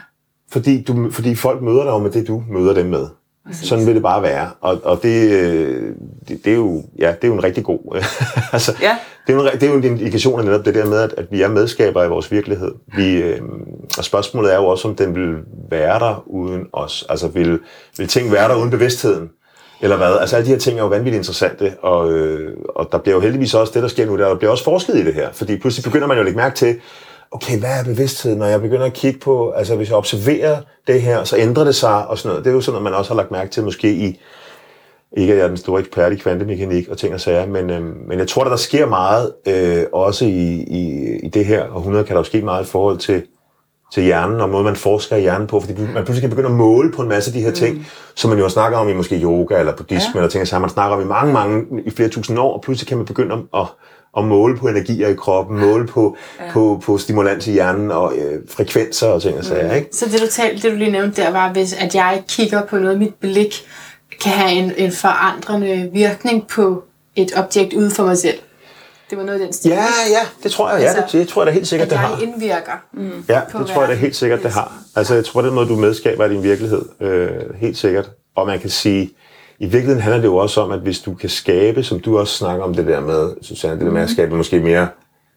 fordi folk møder dig jo med det, du møder dem med. Sådan vil det bare være, og det er jo en rigtig god altså, det er jo en indikation af netop det der med, at vi er medskabere i vores virkelighed. Og spørgsmålet er jo også, om den vil være der uden os. Altså vil ting være der uden bevidstheden? Eller hvad? Altså alle de her ting er jo vanvittigt interessante, og der bliver jo heldigvis også det, der sker nu, der bliver også forsket i det her, fordi pludselig begynder man jo at lægge mærke til, okay, hvad er bevidsthed, når jeg begynder at kigge på, altså hvis jeg observerer det her, så ændrer det sig og sådan noget. Det er jo sådan noget, man også har lagt mærke til måske i, ikke at jeg er den store ekspert i kvantemekanik og ting og sager, men jeg tror, der sker meget, også i det her århundrede kan der jo ske meget i forhold til hjernen, og måde man forsker i hjernen på, fordi man pludselig kan begynde at måle på en masse af de her ting, som man jo snakker om i måske yoga eller buddhisme, eller ting og sager, man snakker om i flere tusind år, og pludselig kan man begynde at måle på energier i kroppen, måle på stimulans i hjernen og frekvenser og ting og sager, ikke? Så det du lige nævnte der var, hvis at jeg kigger på noget, mit blik kan have en forandrende virkning på et objekt ude for mig selv. Det var noget af den stil. Ja, det tror jeg. Altså, det tror jeg da helt sikkert, det har. At jeg indvirker. Ja, det tror jeg da helt sikkert, det har. Altså, jeg tror, på den måde, du medskaber din virkelighed. Helt sikkert. Og man kan sige, i virkeligheden handler det jo også om, at hvis du kan skabe, som du også snakker om det der med, Susanne, det der med at skabe måske mere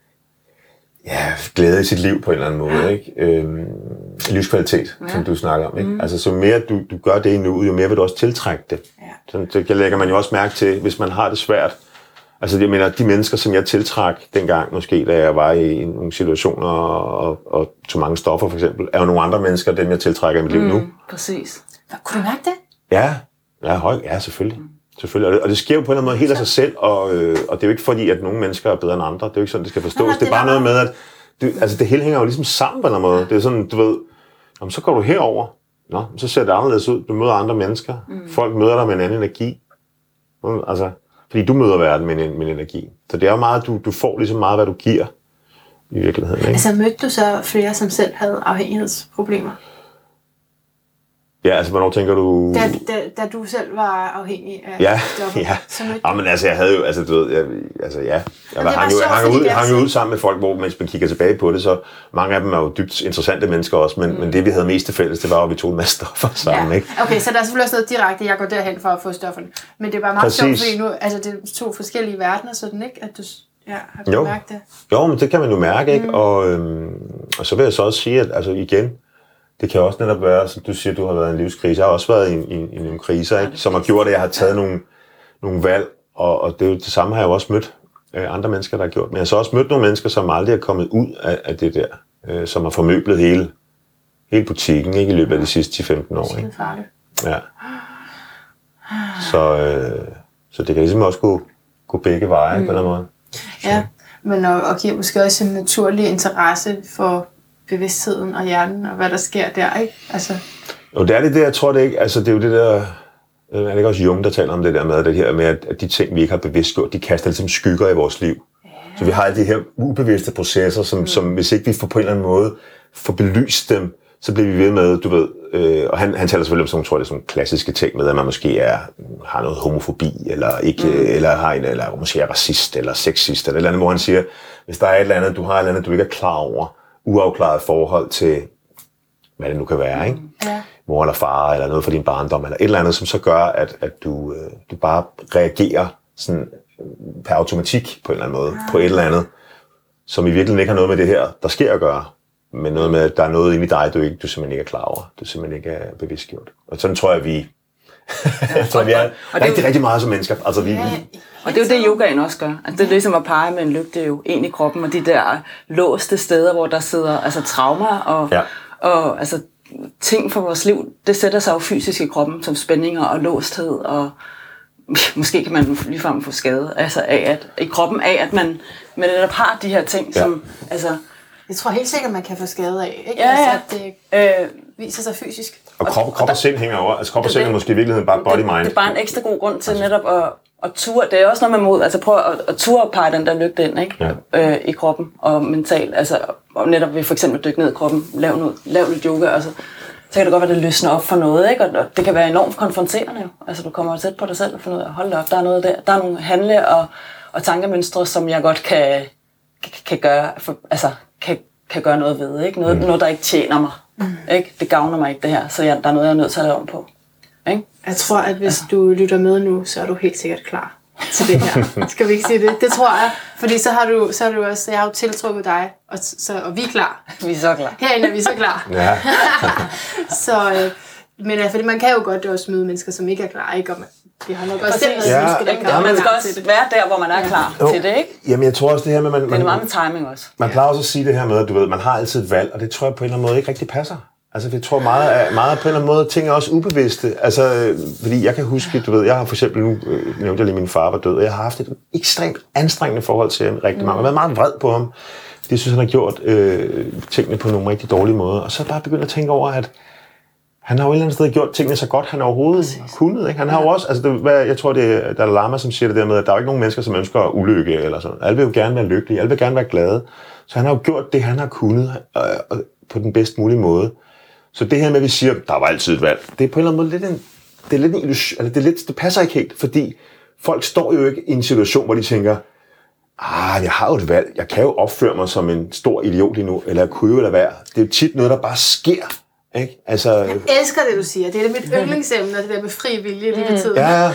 glæde i sit liv på en eller anden måde, ikke? Livskvalitet, som du snakker om, ikke? Altså, så mere du gør det nu, jo mere vil du også tiltrække det. Så lægger man jo også mærke til, hvis man har det svært. Altså, jeg mener, de mennesker, som jeg tiltræk dengang, måske, da jeg var i nogle situationer og tog mange stoffer, for eksempel, er jo nogle andre mennesker, dem jeg tiltrækker i mit liv nu. Præcis. Kunne du mærke det? Ja, selvfølgelig. Selvfølgelig. Og det sker jo på en eller anden måde helt af sig selv, og det er jo ikke fordi, at nogle mennesker er bedre end andre. Det er jo ikke sådan, det skal forstås. Det er bare noget med, at det hele hænger jo ligesom sammen på en eller anden måde. Det er sådan, du ved, så går du herover. Så ser det anderledes ud. Du møder andre mennesker. Folk møder dig med en anden energi. Altså, fordi du møder verden med en energi. Så det er jo meget, du får ligesom meget, hvad du giver i virkeligheden. Ikke? Altså mødte du så flere, som selv havde afhængighedsproblemer? Ja, altså hvornår tænker du... Da du selv var afhængig af stoffer? Ja, men altså jeg havde jo, altså du ved, jeg hang jo ud sammen med folk, hvor mens man kigger tilbage på det, så mange af dem er jo dybt interessante mennesker også, men det vi havde mest til fælles, det var jo, at vi tog en masse stoffer sammen, ikke? Okay, så der er selvfølgelig også noget direkte, jeg går derhen for at få stofferne, men det er bare meget sjovt, fordi nu, altså det er to forskellige verdener, sådan ikke, at du har kunnet mærke det? Jo, men det kan man jo mærke, ikke? Og så vil jeg så også sige, at altså igen, det kan også netop være, som du siger, du har været i en livskrise. Jeg har også været i nogle kriser, ikke? Som har gjort, at jeg har taget nogle valg, og det samme har jeg jo også mødt andre mennesker, der har gjort. Men jeg har så også mødt nogle mennesker, som aldrig er kommet ud af det der, som har formøblet hele butikken, ikke? I løbet af de sidste 10-15 år. Ikke? Ja. Så det kan ligesom også gå begge veje på den måde. Ja, men og giver måske også en naturlig interesse for bevidstheden og hjernen, og hvad der sker der, ikke? Altså... Og det er det der, jeg tror det ikke, altså det er jo det der, er det ikke også Jung, der taler om det der med, det her med, at de ting, vi ikke har bevidstgjort, de kaster ligesom skygger i vores liv. Ja. Så vi har alle de her ubevidste processer, som hvis ikke vi får på en eller anden måde får belyst dem, så bliver vi ved med, du ved, og han taler selvfølgelig om sådan, tror jeg, det er sådan klassiske ting med, at man måske har noget homofobi, eller ikke, eller måske er racist, eller sexist, eller et eller andet, hvor han siger, hvis der er et eller andet, du har et eller andet, du ikke er klar over, uafklaret forhold til, hvad det nu kan være, ikke? Ja. Mor eller far, eller noget for din barndom, eller et eller andet, som så gør, at du bare reagerer sådan per automatik på en eller anden måde, på et eller andet, som i virkeligheden ikke har noget med det her, der sker at gøre, men noget med, at der er noget inde i dig, du simpelthen ikke er klar over, du simpelthen ikke er bevidstgjort. Og sådan tror jeg, vi er rigtig meget som mennesker. Altså, og det er jo det, yogaen også gør. Altså, det er ligesom at pege med en lygte jo ind i kroppen, og de der låste steder, hvor der sidder altså, traumer og altså, ting for vores liv, det sætter sig jo fysisk i kroppen, som spændinger og låsthed, og måske kan man ligefrem få skade altså i kroppen af, at man netop har de her ting, som altså... Jeg tror helt sikkert, man kan få skade af, ikke? Ja, ja. Altså, det viser sig fysisk. Og krop og sind hænger over. Altså krop og sind er måske i virkeligheden bare body-mind. Det er bare en ekstra god grund til netop at ture. Det er også noget med mod. Altså prøv at ture og pege den der lygte ind, ikke? Ja. I kroppen og mentalt. Altså og netop ved for eksempel dykke ned i kroppen, lav lidt yoga, og så kan det godt være, at det løsner op for noget, ikke? Og det kan være enormt konfronterende jo. Altså du kommer tæt på dig selv og finder ud af, hold da op, der er noget der. Der er nogle handle- og tankemønstre, som jeg godt kan gøre, kan gøre noget ved, ikke? Noget, der ikke tjener mig, ikke? Det gavner mig ikke, det her, så der er noget, jeg er nødt til at lave om på, ikke? Jeg tror, at hvis du lytter med nu, så er du helt sikkert klar til det her. Skal vi ikke sige det? Det tror jeg, fordi så har du også, jeg har jo tiltrukket dig, og vi er klar. Vi er så klar. Herinde er vi så klar. Ja. Så, men fordi man kan jo godt også møde mennesker, som ikke er klar, ikke? Og vi har nok også selv mennesker, der kan man skal også være der, hvor man er klar til det, ikke? Jamen, jeg tror også det her med... Det er meget med timing også. Man plejer også at sige det her med, at du ved, man har altid et valg, og det tror jeg på en eller anden måde ikke rigtig passer. Altså, jeg tror meget på en eller anden måde, ting er også ubevidste. Altså, fordi jeg kan huske, du ved, jeg har for eksempel nu, nævnte jeg lige, min far var død, og jeg har haft et ekstremt anstrengende forhold til ham rigtig mange. Jeg har været meget vred på ham. Det synes han har gjort tingene på nogle rigtig dårlige måder. Og så bare begyndt at tænke over, at han har jo et eller andet sted gjort tingene så godt, han overhovedet kunne. Ikke? Han har jo også, altså jeg tror, det er Dalai Lama, som siger det der med, at der er jo ikke nogen mennesker, som ønsker ulykke eller sådan. Alle vil jo gerne være lykkelige, alle vil gerne være glade. Så han har jo gjort det, han har kunnet på den bedst mulige måde. Så det her med, at vi siger, der var altid et valg, det er på en eller anden måde lidt en illusion, eller det passer ikke helt, fordi folk står jo ikke i en situation, hvor de tænker, jeg har jo et valg, jeg kan jo opføre mig som en stor idiot lige nu, eller jeg kunne jo lade være. Det er jo tit noget, der bare sker. Ikke? Altså, jeg elsker det, du siger. Det er mit yndlingsemne, det der med fri vilje lige ved tiden. Ja.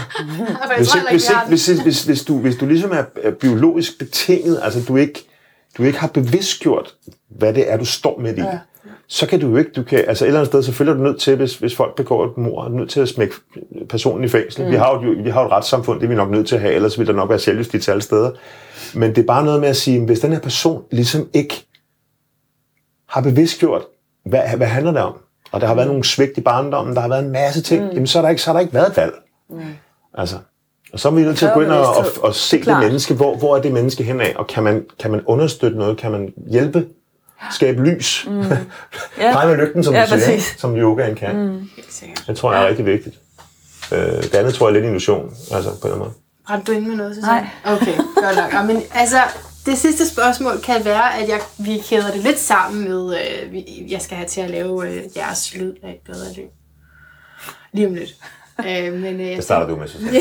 Hvis du ligesom er biologisk betinget, altså du ikke har bevidstgjort, hvad det er, du står midt i, så kan du jo ikke, altså et eller andet sted, selvfølgelig er du nødt til, hvis folk begår et mord, er du nødt til at smække personen i fængsel. Vi har jo et retssamfund, det er vi nok nødt til at have, ellers vil der nok være selvjustits alle steder. Men det er bare noget med at sige, hvis den her person ligesom ikke har bevidstgjort, hvad handler det om? Og der har været nogle svigt i barndommen, der har været en masse ting, jamen så har der ikke været et valg. Altså, og så er vi nødt til at gå ind og se det menneske, hvor er det menneske henad, og kan man understøtte noget, kan man hjælpe, skabe lys, pege med lygten, som du siger, som yogaen kan. Det tror jeg er rigtig vigtigt. Det andet tror jeg er lidt illusion, altså på den måde. Brændte du ind med noget, Susanne? Nej. Okay, godt nok. Men altså, det sidste spørgsmål kan være, at vi kæder det lidt sammen med, jeg skal have til at lave jeres lyd af et bedre liv. Lige om lidt. Men, det starter du med, Susanne.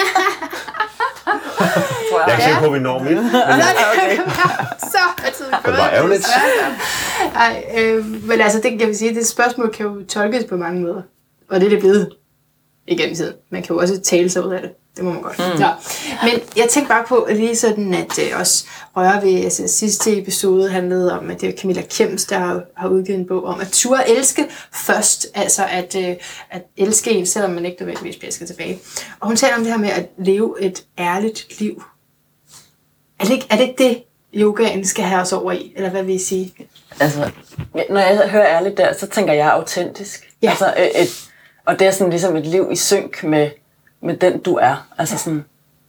Jeg er sikker på, at vi når midt. Så er tiden gået. Det var ærgerligt. Men altså, det, jeg vil sige, det spørgsmål kan jo tolkes på mange måder. Og det er det blevet igennem tiden. Man kan jo også tale sig ud af det. Det må man godt. Ja. Men jeg tænkte bare på lige sådan, at også røre ved, altså sidste episode handlede om, at det er Camilla Kjems, der har udgivet en bog om at turde elske først. Altså at elske en, selvom man ikke nødvendigvis bliver elsket tilbage. Og hun taler om det her med at leve et ærligt liv. Er det ikke det, yogaen skal have os over i? Eller hvad vil I sige? Altså, når jeg hører ærligt der, så tænker jeg autentisk. Ja. Altså, og det er sådan ligesom et liv i synk med den du er, altså sådan,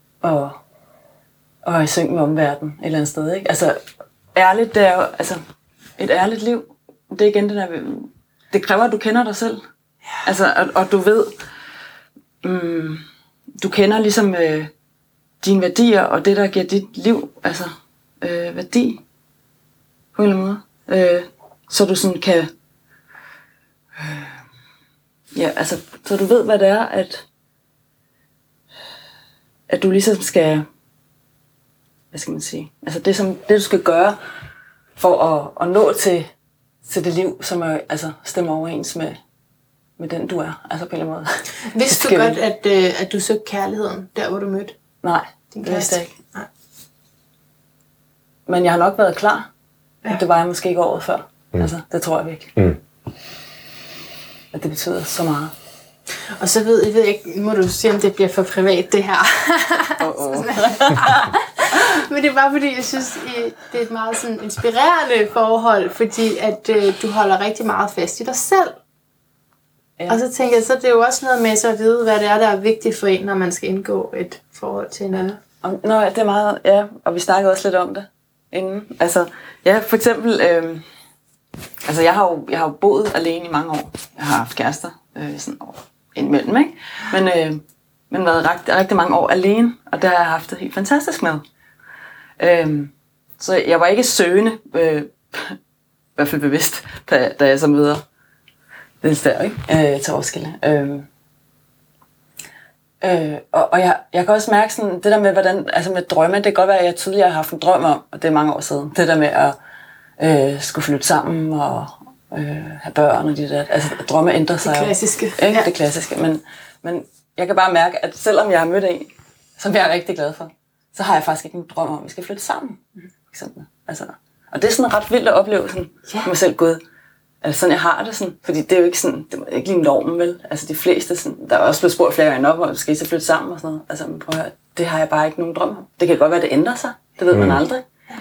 og i synk med omverdenen et eller andet sted, ikke? Altså, ærligt, det er jo, altså, et ærligt liv, det er igen den der, det kræver, at du kender dig selv. Ja. Altså, og du ved, du kender ligesom dine værdier, og det, der giver dit liv, altså, værdi, på en eller anden måde. Så du sådan kan Ja, altså, så du ved, hvad det er, at du ligesom skal, hvad skal man sige, altså det du skal gøre for at nå til det liv, som er, altså, stemmer overens med den du er, altså på en eller anden måde. Vidste du godt, at du søgte kærligheden, der hvor du mødte? Nej, det vidste jeg ikke. Nej. Men jeg har nok været klar. Ja. Det var jeg måske ikke året før. Altså, det tror jeg ikke. At det betyder så meget. Og så ved jeg ikke, må du sige, om det bliver for privat, det her. Men det er bare fordi, jeg synes, det er et meget sådan inspirerende forhold, fordi at du holder rigtig meget fast i dig selv. Ja. Og så tænker jeg, så det er jo også noget med så at vide, hvad det er, der er vigtigt for en, når man skal indgå et forhold til hinanden. Nå, det er meget, ja, og vi snakkede også lidt om det inden. Altså, ja, for eksempel, altså jeg har jo boet alene i mange år. Jeg har haft kærester, sådan indimellem, ikke? Men været rigtig mange år alene, og der har jeg haft det helt fantastisk med. Så jeg var ikke søgende, i hvert fald bevidst, da jeg så møder Niels der, ikke? Til Roskilde. Og jeg kan også mærke sådan, det der med, hvordan, altså med drømme, det kan godt være, at jeg tidligere har haft en drøm om, og det er mange år siden, det der med at skulle flytte sammen og have børn og det der. Altså drømme ændrer sig. Det klassiske. Jo, ikke? Ja. Det klassiske. Men jeg kan bare mærke, at selvom jeg har mødt en, som jeg er rigtig glad for, så har jeg faktisk ikke en drøm om, at vi skal flytte sammen. Altså, og det er sådan ret vildt at opleve sådan, mig selv, gud. Altså sådan jeg har det sådan, fordi det er jo ikke sådan, det er ikke lige normen, vel? Altså de fleste sådan, der er også blevet spurgt flere gange op, hvor skal I så flytte sammen og sådan noget. Altså prøv at høre, det har jeg bare ikke nogen drøm om. Det kan godt være, det ændrer sig, det ved man aldrig.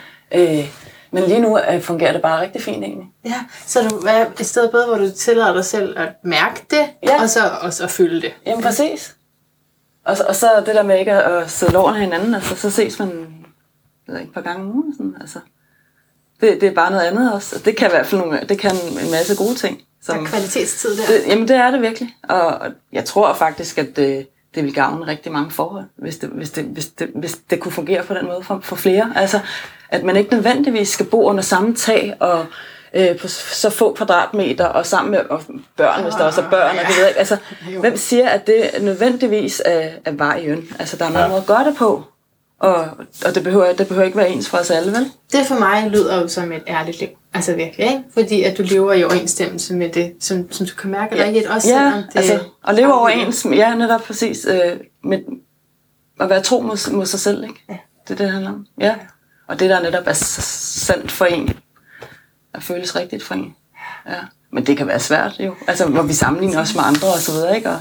Men lige nu fungerer det bare rigtig fint egentlig. Ja, så du er et sted både, hvor du tillader dig selv at mærke det, og så også at føle det. Jamen præcis. Og så det der med ikke at sidde over hinanden, altså så ses man et par gange om ugen, sådan, altså. Det er bare noget andet også. Det kan i hvert fald det kan en masse gode ting. Som, der er kvalitetstid der. Jamen det er det virkelig. Og jeg tror faktisk, at det vil gavne rigtig mange forhold, hvis det kunne fungere på den måde for flere. Altså, at man ikke nødvendigvis skal bo under samme tag og på så få kvadratmeter og sammen med børn, hvis der også er børn. Og det ved jeg. Altså, hvem siger, at det nødvendigvis er vejen? Altså, der er noget at gøre det på. Og det behøver ikke være ens for os alle, vel? Det for mig lyder jo som et ærligt liv. Altså virkelig, ikke? Fordi at du lever i overensstemmelse med det, som du kan mærke rigtigt. Også selvom det altså, og leve overens, netop præcis, med at være tro mod sig selv, ikke? Ja. Det er det handler om. Ja. Og det der netop er sandt for en, at føles rigtigt for en. Ja. Men det kan være svært, jo. Altså, hvor vi sammenligner os med andre og så videre, ikke?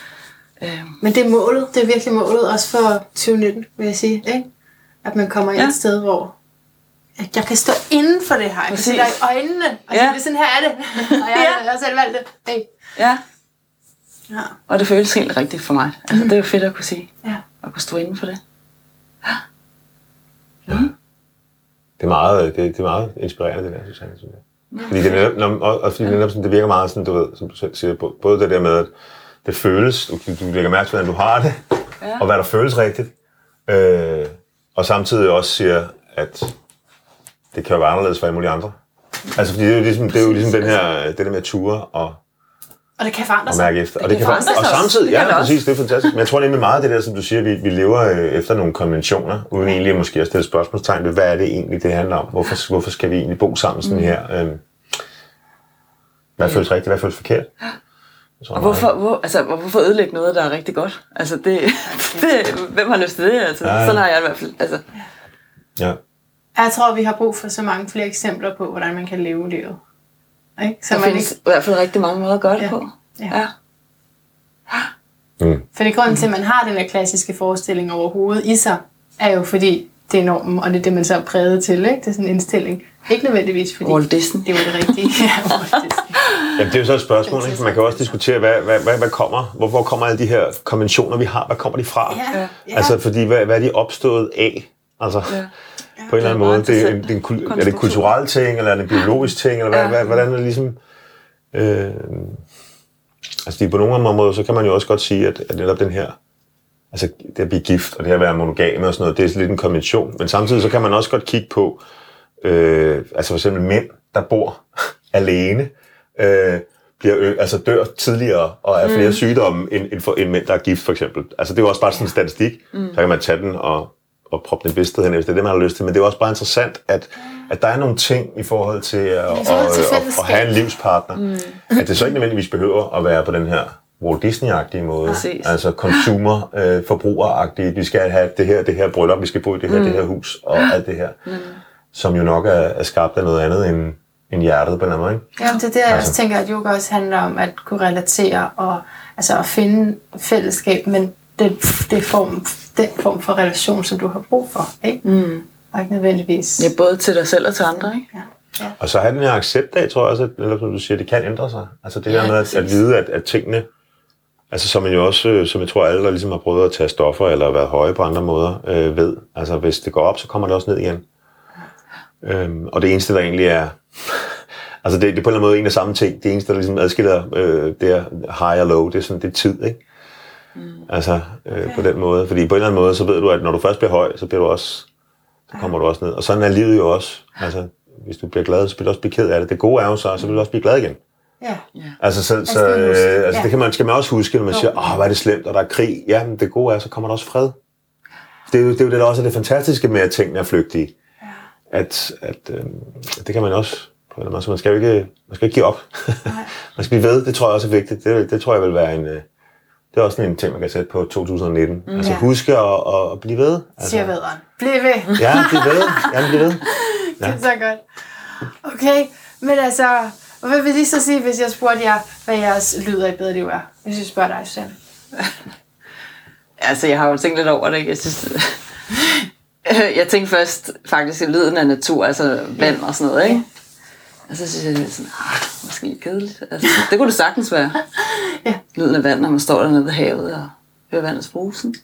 Men det er målet, det er virkelig målet, også for 2019, vil jeg sige, ikke? At man kommer ind et sted, hvor jeg kan stå inden for det her, jeg kan se dig i øjnene, og sige, sådan her er det, og jeg har selv valgt det. Hey. Ja. Og det føles helt rigtigt for mig. Altså, det er jo fedt at kunne sige, at kunne stå inden for det. Det er meget inspirerende, det der, Susanne, synes jeg. Fordi det virker meget sådan, du ved, som du selv siger, både det der med, at det føles, du lægger mærke til, hvordan du har det, og hvad der føles rigtigt. Og samtidig også siger, at det kan jo være anderledes for alle mulige andre. Altså, fordi det er jo ligesom den her, det der med at ture og det kan forandre sig. Og mærke efter. Og samtidig, præcis, det er fantastisk. Men jeg tror nemlig meget af det der, som du siger, vi lever efter nogle konventioner, uden egentlig måske at stille spørgsmålstegn ved, hvad er det egentlig, det handler om? Hvorfor skal vi egentlig bo sammen sådan her? Hvad føles rigtigt, hvad føles forkert? Og hvorfor ødelægge noget, der er rigtig godt? Altså, hvem har lyst til det? Altså, sådan har jeg i hvert fald. Altså. Ja. Jeg tror, vi har brug for så mange flere eksempler på, hvordan man kan leve livet. Ikke? Så der findes i hvert fald rigtig mange måder at gøre det på. Ja. Fordi grunden til, at man har den her klassiske forestilling overhovedet i sig, er jo fordi, det er normen, og det er det, man så er præget til. Ikke? Det er sådan en indstilling. Ikke nødvendigvis, fordi Walt Disney. Det var det rigtige. Jamen, det er jo så et spørgsmål, ikke? For man kan også diskutere, hvad kommer, hvorfor kommer alle de her konventioner, vi har, hvad kommer de fra? Ja. Altså, fordi hvad er de opstået af? Altså, på en eller anden måde. Er det en kulturel ting, eller er det en biologisk ting, eller hvordan er det ligesom... Altså, på nogle måder, så kan man jo også godt sige, at netop den her, altså det at blive gift, og det at være monogame og sådan noget, det er lidt en konvention. Men samtidig så kan man også godt kigge på, altså for eksempel mænd, der bor alene, altså dør tidligere og er flere sygdomme end mænd, der er gift, for eksempel. Altså, det er jo også bare sådan en statistik. Så kan man tage den og proppe den bedste hen, hvis det er det, man har lyst til. Men det er også bare interessant, at der er nogle ting i forhold til at have en livspartner. At det så ikke nødvendigvis behøver at være på den her Walt Disney-agtige måde. Altså consumer, forbrugeragtige. Vi skal have det her bryllup, vi skal bo i det her hus og alt det her. Som jo nok er skabt af noget andet end hjertet på en eller anden måde. Ikke? Ja, det er det, jeg også tænker, at yoga også handler om at kunne relatere og altså at finde fællesskab, men den form for relation, som du har brug for, ikke? Og ikke nødvendigvis. Ja, både til dig selv og til andre, ikke? Ja. Og så have den her acceptdag, tror jeg også, eller som du siger, det kan ændre sig. Altså det der med at vide, at tingene, altså som man jo også, som jeg tror alle, der ligesom har prøvet at tage stoffer, eller været høje på andre måder, ved. Altså hvis det går op, så kommer det også ned igen. Og det eneste, der egentlig er, altså det er på en eller anden måde en af samme ting. Det eneste, der ligesom adskiller det er high og low, det er sådan, det er tid, ikke? Altså på den måde. Fordi på en eller anden måde, så ved du, at når du først bliver høj, så kommer du også ned. Og sådan er livet jo også. Altså hvis du bliver glad, så bliver du også blive ked af det. Det gode er jo så vil du også blive glad igen. Ja. Altså, det skal man også huske, når man siger, hvor er det slemt, og der er krig. Ja, men det gode er, så kommer der også fred. Det er jo det, der også er det fantastiske med, at tingene er flygtige. At det kan man også på en eller anden måde. Man skal ikke give op. Man skal blive ved. Det tror jeg også er vigtigt. Det tror jeg vil være det er også en ting, man kan sætte på 2019. Altså huske at blive ved. Altså, siger vederen. Bliv ved. Ja, bliv ved. Ja, bliv ved. Ja. Det er så godt. Okay, men altså, hvad vil I så sige, hvis jeg spurgte jer, hvad jeres lyd af et bedre liv er? Hvis jeg spørger dig, Susanne. Altså, jeg har jo tænkt lidt over det. Jeg tænkte først faktisk i lyden af natur, altså vand og sådan noget, ikke? Og så synes jeg sådan, måske lidt kedeligt. Altså, det kunne det sagtens være. Lyden af vand, når man står dernede ved havet og hører vandets brusen.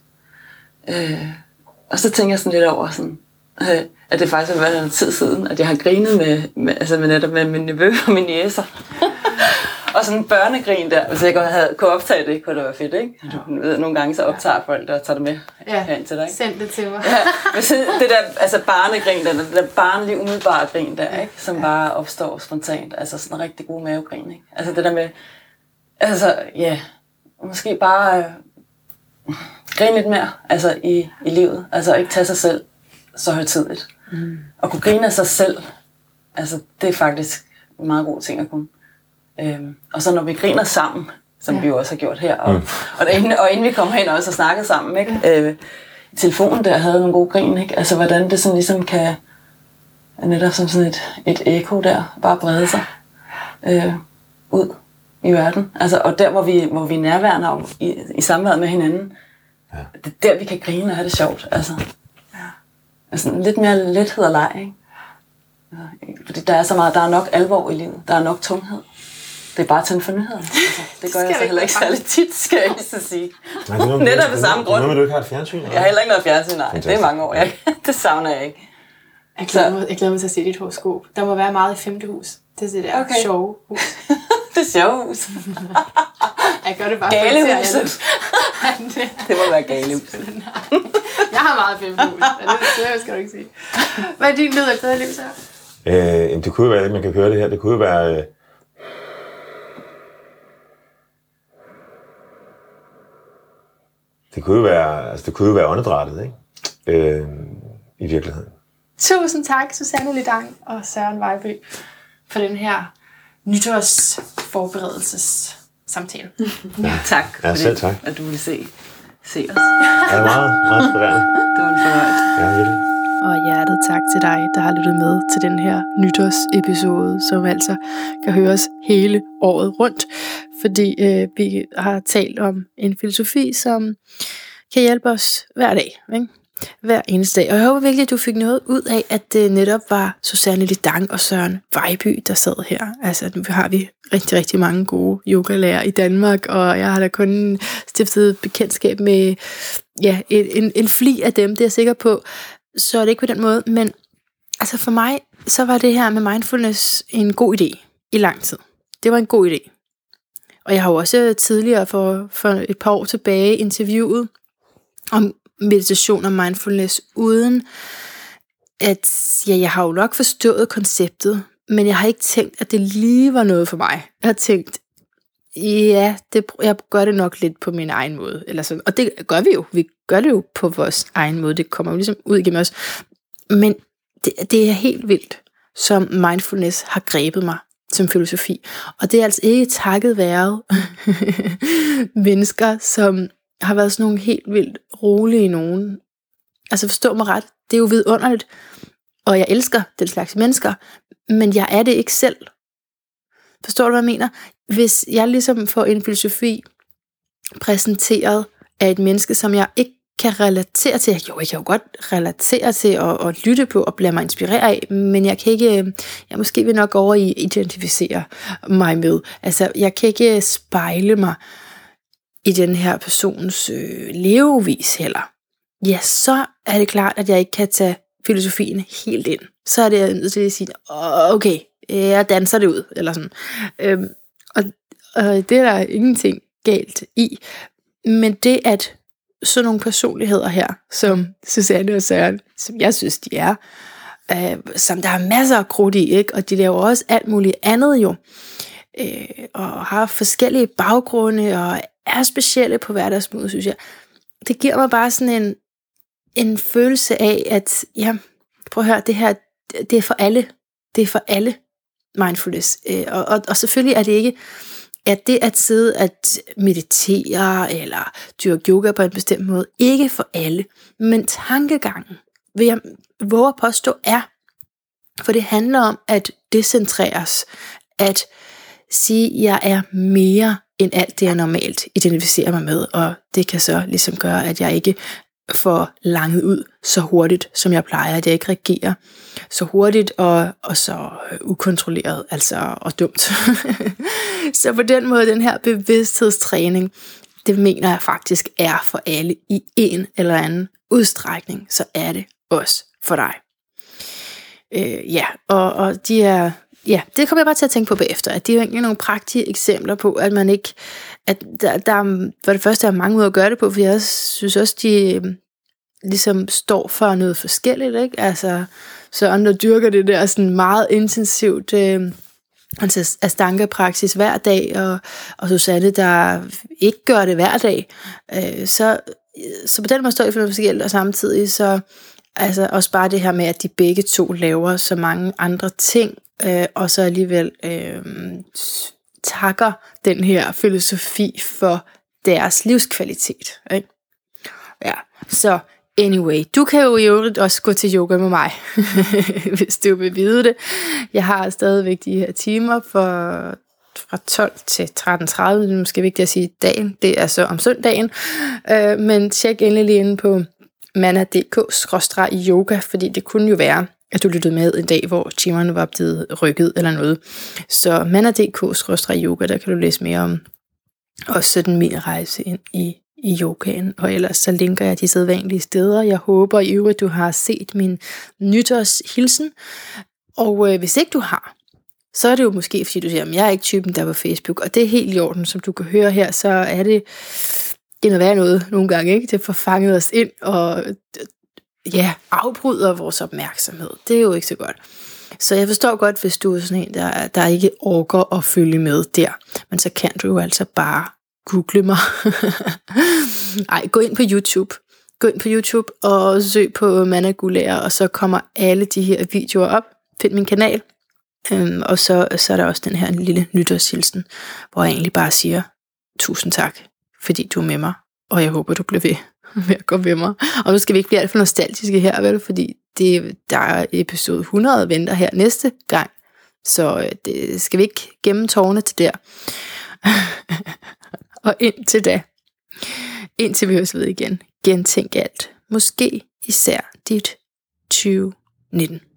Og så tænker jeg sådan lidt over, sådan, at det faktisk har været en tid siden, at jeg har grinet med min nevø og min jæser. Og sådan en børnegrin der, hvis jeg kunne optage det, kunne det være fedt, ikke? Du ved, nogle gange så optager folk det og tager det med herind til dig, ikke? Send det til mig. Men det der, altså barnegrin, det der barnlige umiddelbare grin der, ikke? Som bare opstår spontant, altså sådan en rigtig god mavegrin, ikke? Altså det der med, altså måske bare grine lidt mere, altså i livet, altså ikke tage sig selv så højtideligt. Og kunne grine af sig selv, altså det er faktisk en meget god ting at kunne. Og så når vi griner sammen, som vi jo også har gjort her, og inden vi kom hen og også snakket sammen, ikke? I telefonen der havde nogle gode grin, ikke? Altså hvordan det sådan ligesom kan, netop som sådan et ekko der, bare brede sig ud i verden. Altså, og der, hvor vi er nærværende og i samværet med hinanden, det er der, vi kan grine og have det sjovt. Altså lidt mere lethed og leg, ikke? Fordi der er så meget, der er nok alvor i livet, der er nok tunghed. Det er bare til en for nyheder. Altså, det gør jeg så heller ikke særlig tit, skal jeg så sige. Netop af samme grund. Men du ikke har et fjernsyn? Jeg har heller ikke noget fjernsyn, nej. Det er mange år. Det savner jeg ikke. Jeg glæder mig til at se dit horoskop. Der må være meget i 5. hus. Det er det der sjove hus. Det sjove hus. Jeg gør det bare Galehuset. Det må være galehuset. Jeg har meget i 5. hus. Det skal du ikke sige. Hvad er din lyd af bedre liv, så? Det kunne jo være, at man kan køre det her. Det kunne jo være... Det kunne jo være åndedrættet, ikke? I virkeligheden. Tusind tak, Susanne Lidang og Søren Vejby, for den her nytårsforberedelsessamtale. Tak for selv tak. At du ville se os. Ja, meget, meget inspirerende. Det var en fornøjelse. Ja, virkelig. Og hjertet tak til dig, der har lyttet med til den her nytårsepisode, som altså kan høres hele året rundt, fordi vi har talt om en filosofi, som kan hjælpe os hver dag, ikke? Hver eneste dag. Og jeg håber virkelig, at du fik noget ud af, at det netop var Susanne Lidang og Søren Vejby, der sad her. Altså, nu har vi rigtig, rigtig mange gode yogalærere i Danmark, og jeg har da kun stiftet bekendtskab med en fli af dem, det er jeg sikker på. Så er det ikke på den måde, men altså for mig, så var det her med mindfulness en god idé i lang tid. Det var en god idé. Og jeg har jo også tidligere for et par år tilbage interviewet om meditation og mindfulness, uden at jeg har jo nok forstået konceptet, men jeg har ikke tænkt, at det lige var noget for mig. Jeg har tænkt, Ja, jeg gør det nok lidt på min egen måde. Eller sådan. Og det gør vi jo. Vi gør det jo på vores egen måde. Det kommer jo ligesom ud igennem os. Men det er helt vildt, som mindfulness har grebet mig som filosofi. Og det er altså ikke takket være mennesker, som har været sådan nogle helt vildt rolige nogen. Altså forstå mig ret, det er jo vidunderligt. Og jeg elsker den slags mennesker, men jeg er det ikke selv. Forstår du, hvad jeg mener? Hvis jeg ligesom får en filosofi præsenteret af et menneske, som jeg ikke kan relatere til. Jo, jeg kan jo godt relatere til at lytte på og blive mig inspirere af, men jeg kan ikke, jeg måske vil nok over i identificere mig med. Altså, jeg kan ikke spejle mig i den her persons levevis heller. Ja, så er det klart, at jeg ikke kan tage filosofien helt ind. Så er det nødt til at sige, okay, jeg danser det ud, eller sådan. Og det er der ingenting galt i. Men det, at sådan nogle personligheder her, som Susanne og Søren, som jeg synes, de er, som der er masser af krudt i, ikke? Og de laver også alt muligt andet jo, og har forskellige baggrunde, og er specielle på hverdagsmåde, synes jeg. Det giver mig bare sådan en følelse af, at ja, prøv at høre, det her, det er for alle. Det er for alle mindfulness. Og selvfølgelig er det ikke, at det at sidde at meditere eller dyrke yoga på en bestemt måde, ikke for alle, men tankegangen, vil jeg våge at påstå, er. For det handler om at decentreres, at sige, at jeg er mere end alt det, jeg normalt identificerer mig med, og det kan så ligesom gøre, at jeg ikke får langet ud så hurtigt, som jeg plejer, at jeg ikke reagerer så hurtigt og så ukontrolleret, altså og dumt. Så på den måde, den her bevidsthedstræning, det mener jeg faktisk er for alle i en eller anden udstrækning, så er det også for dig. Og de er, ja, det kommer jeg bare til at tænke på bagefter, at det er jo egentlig nogle praktiske eksempler på, at man ikke, at der for det første er mange måder at gøre det på, for jeg synes også, de ligesom står for noget forskelligt, ikke? Altså, Søren, der dyrker det der sådan meget intensivt Ashtanga-praksis hver dag, og Susanne, der ikke gør det hver dag. Så på den måde står de for noget forskelligt, og samtidig så altså også bare det her med, at de begge to laver så mange andre ting, og så alligevel takker den her filosofi for deres livskvalitet. Ikke? Ja, så anyway, du kan jo i øvrigt også gå til yoga med mig, hvis du vil vide det. Jeg har stadigvæk de her timer fra 12 til 13.30, det er måske vigtigt at sige dagen, det er så om søndagen, men tjek endelig lige inde på manna.dk/yoga, fordi det kunne jo være, at du lyttede med en dag, hvor timerne var blevet rykket eller noget. Så manna.dk/yoga, der kan du læse mere om også sådan min rejse ind i yogaen, og ellers så linker jeg de sædvanlige steder. Jeg håber i øvrigt, du har set min nytårshilsen, og hvis ikke du har, så er det jo måske, fordi du siger, at jeg er ikke typen, der er på Facebook, og det er helt i orden, som du kan høre her, så er det noget værd noget nogle gange, ikke? Det får fanget os ind, og ja, afbryder vores opmærksomhed. Det er jo ikke så godt. Så jeg forstår godt, hvis du er sådan en, der ikke orker at følge med der, men så kan du jo altså bare google mig. Ej, gå ind på YouTube. Gå ind på YouTube og søg på Manna Guldager, og så kommer alle de her videoer op. Find min kanal. Og så er der også den her lille nytårshilsen, hvor jeg egentlig bare siger, tusind tak, fordi du er med mig, og jeg håber, du bliver ved med at gå med mig. Og nu skal vi ikke blive alt for nostalgiske her, vel? Fordi der er episode 100 venter her næste gang, så det skal vi ikke gemme tårne til der. Og indtil vi høres ved igen, gentænk alt. Måske især dit 2019.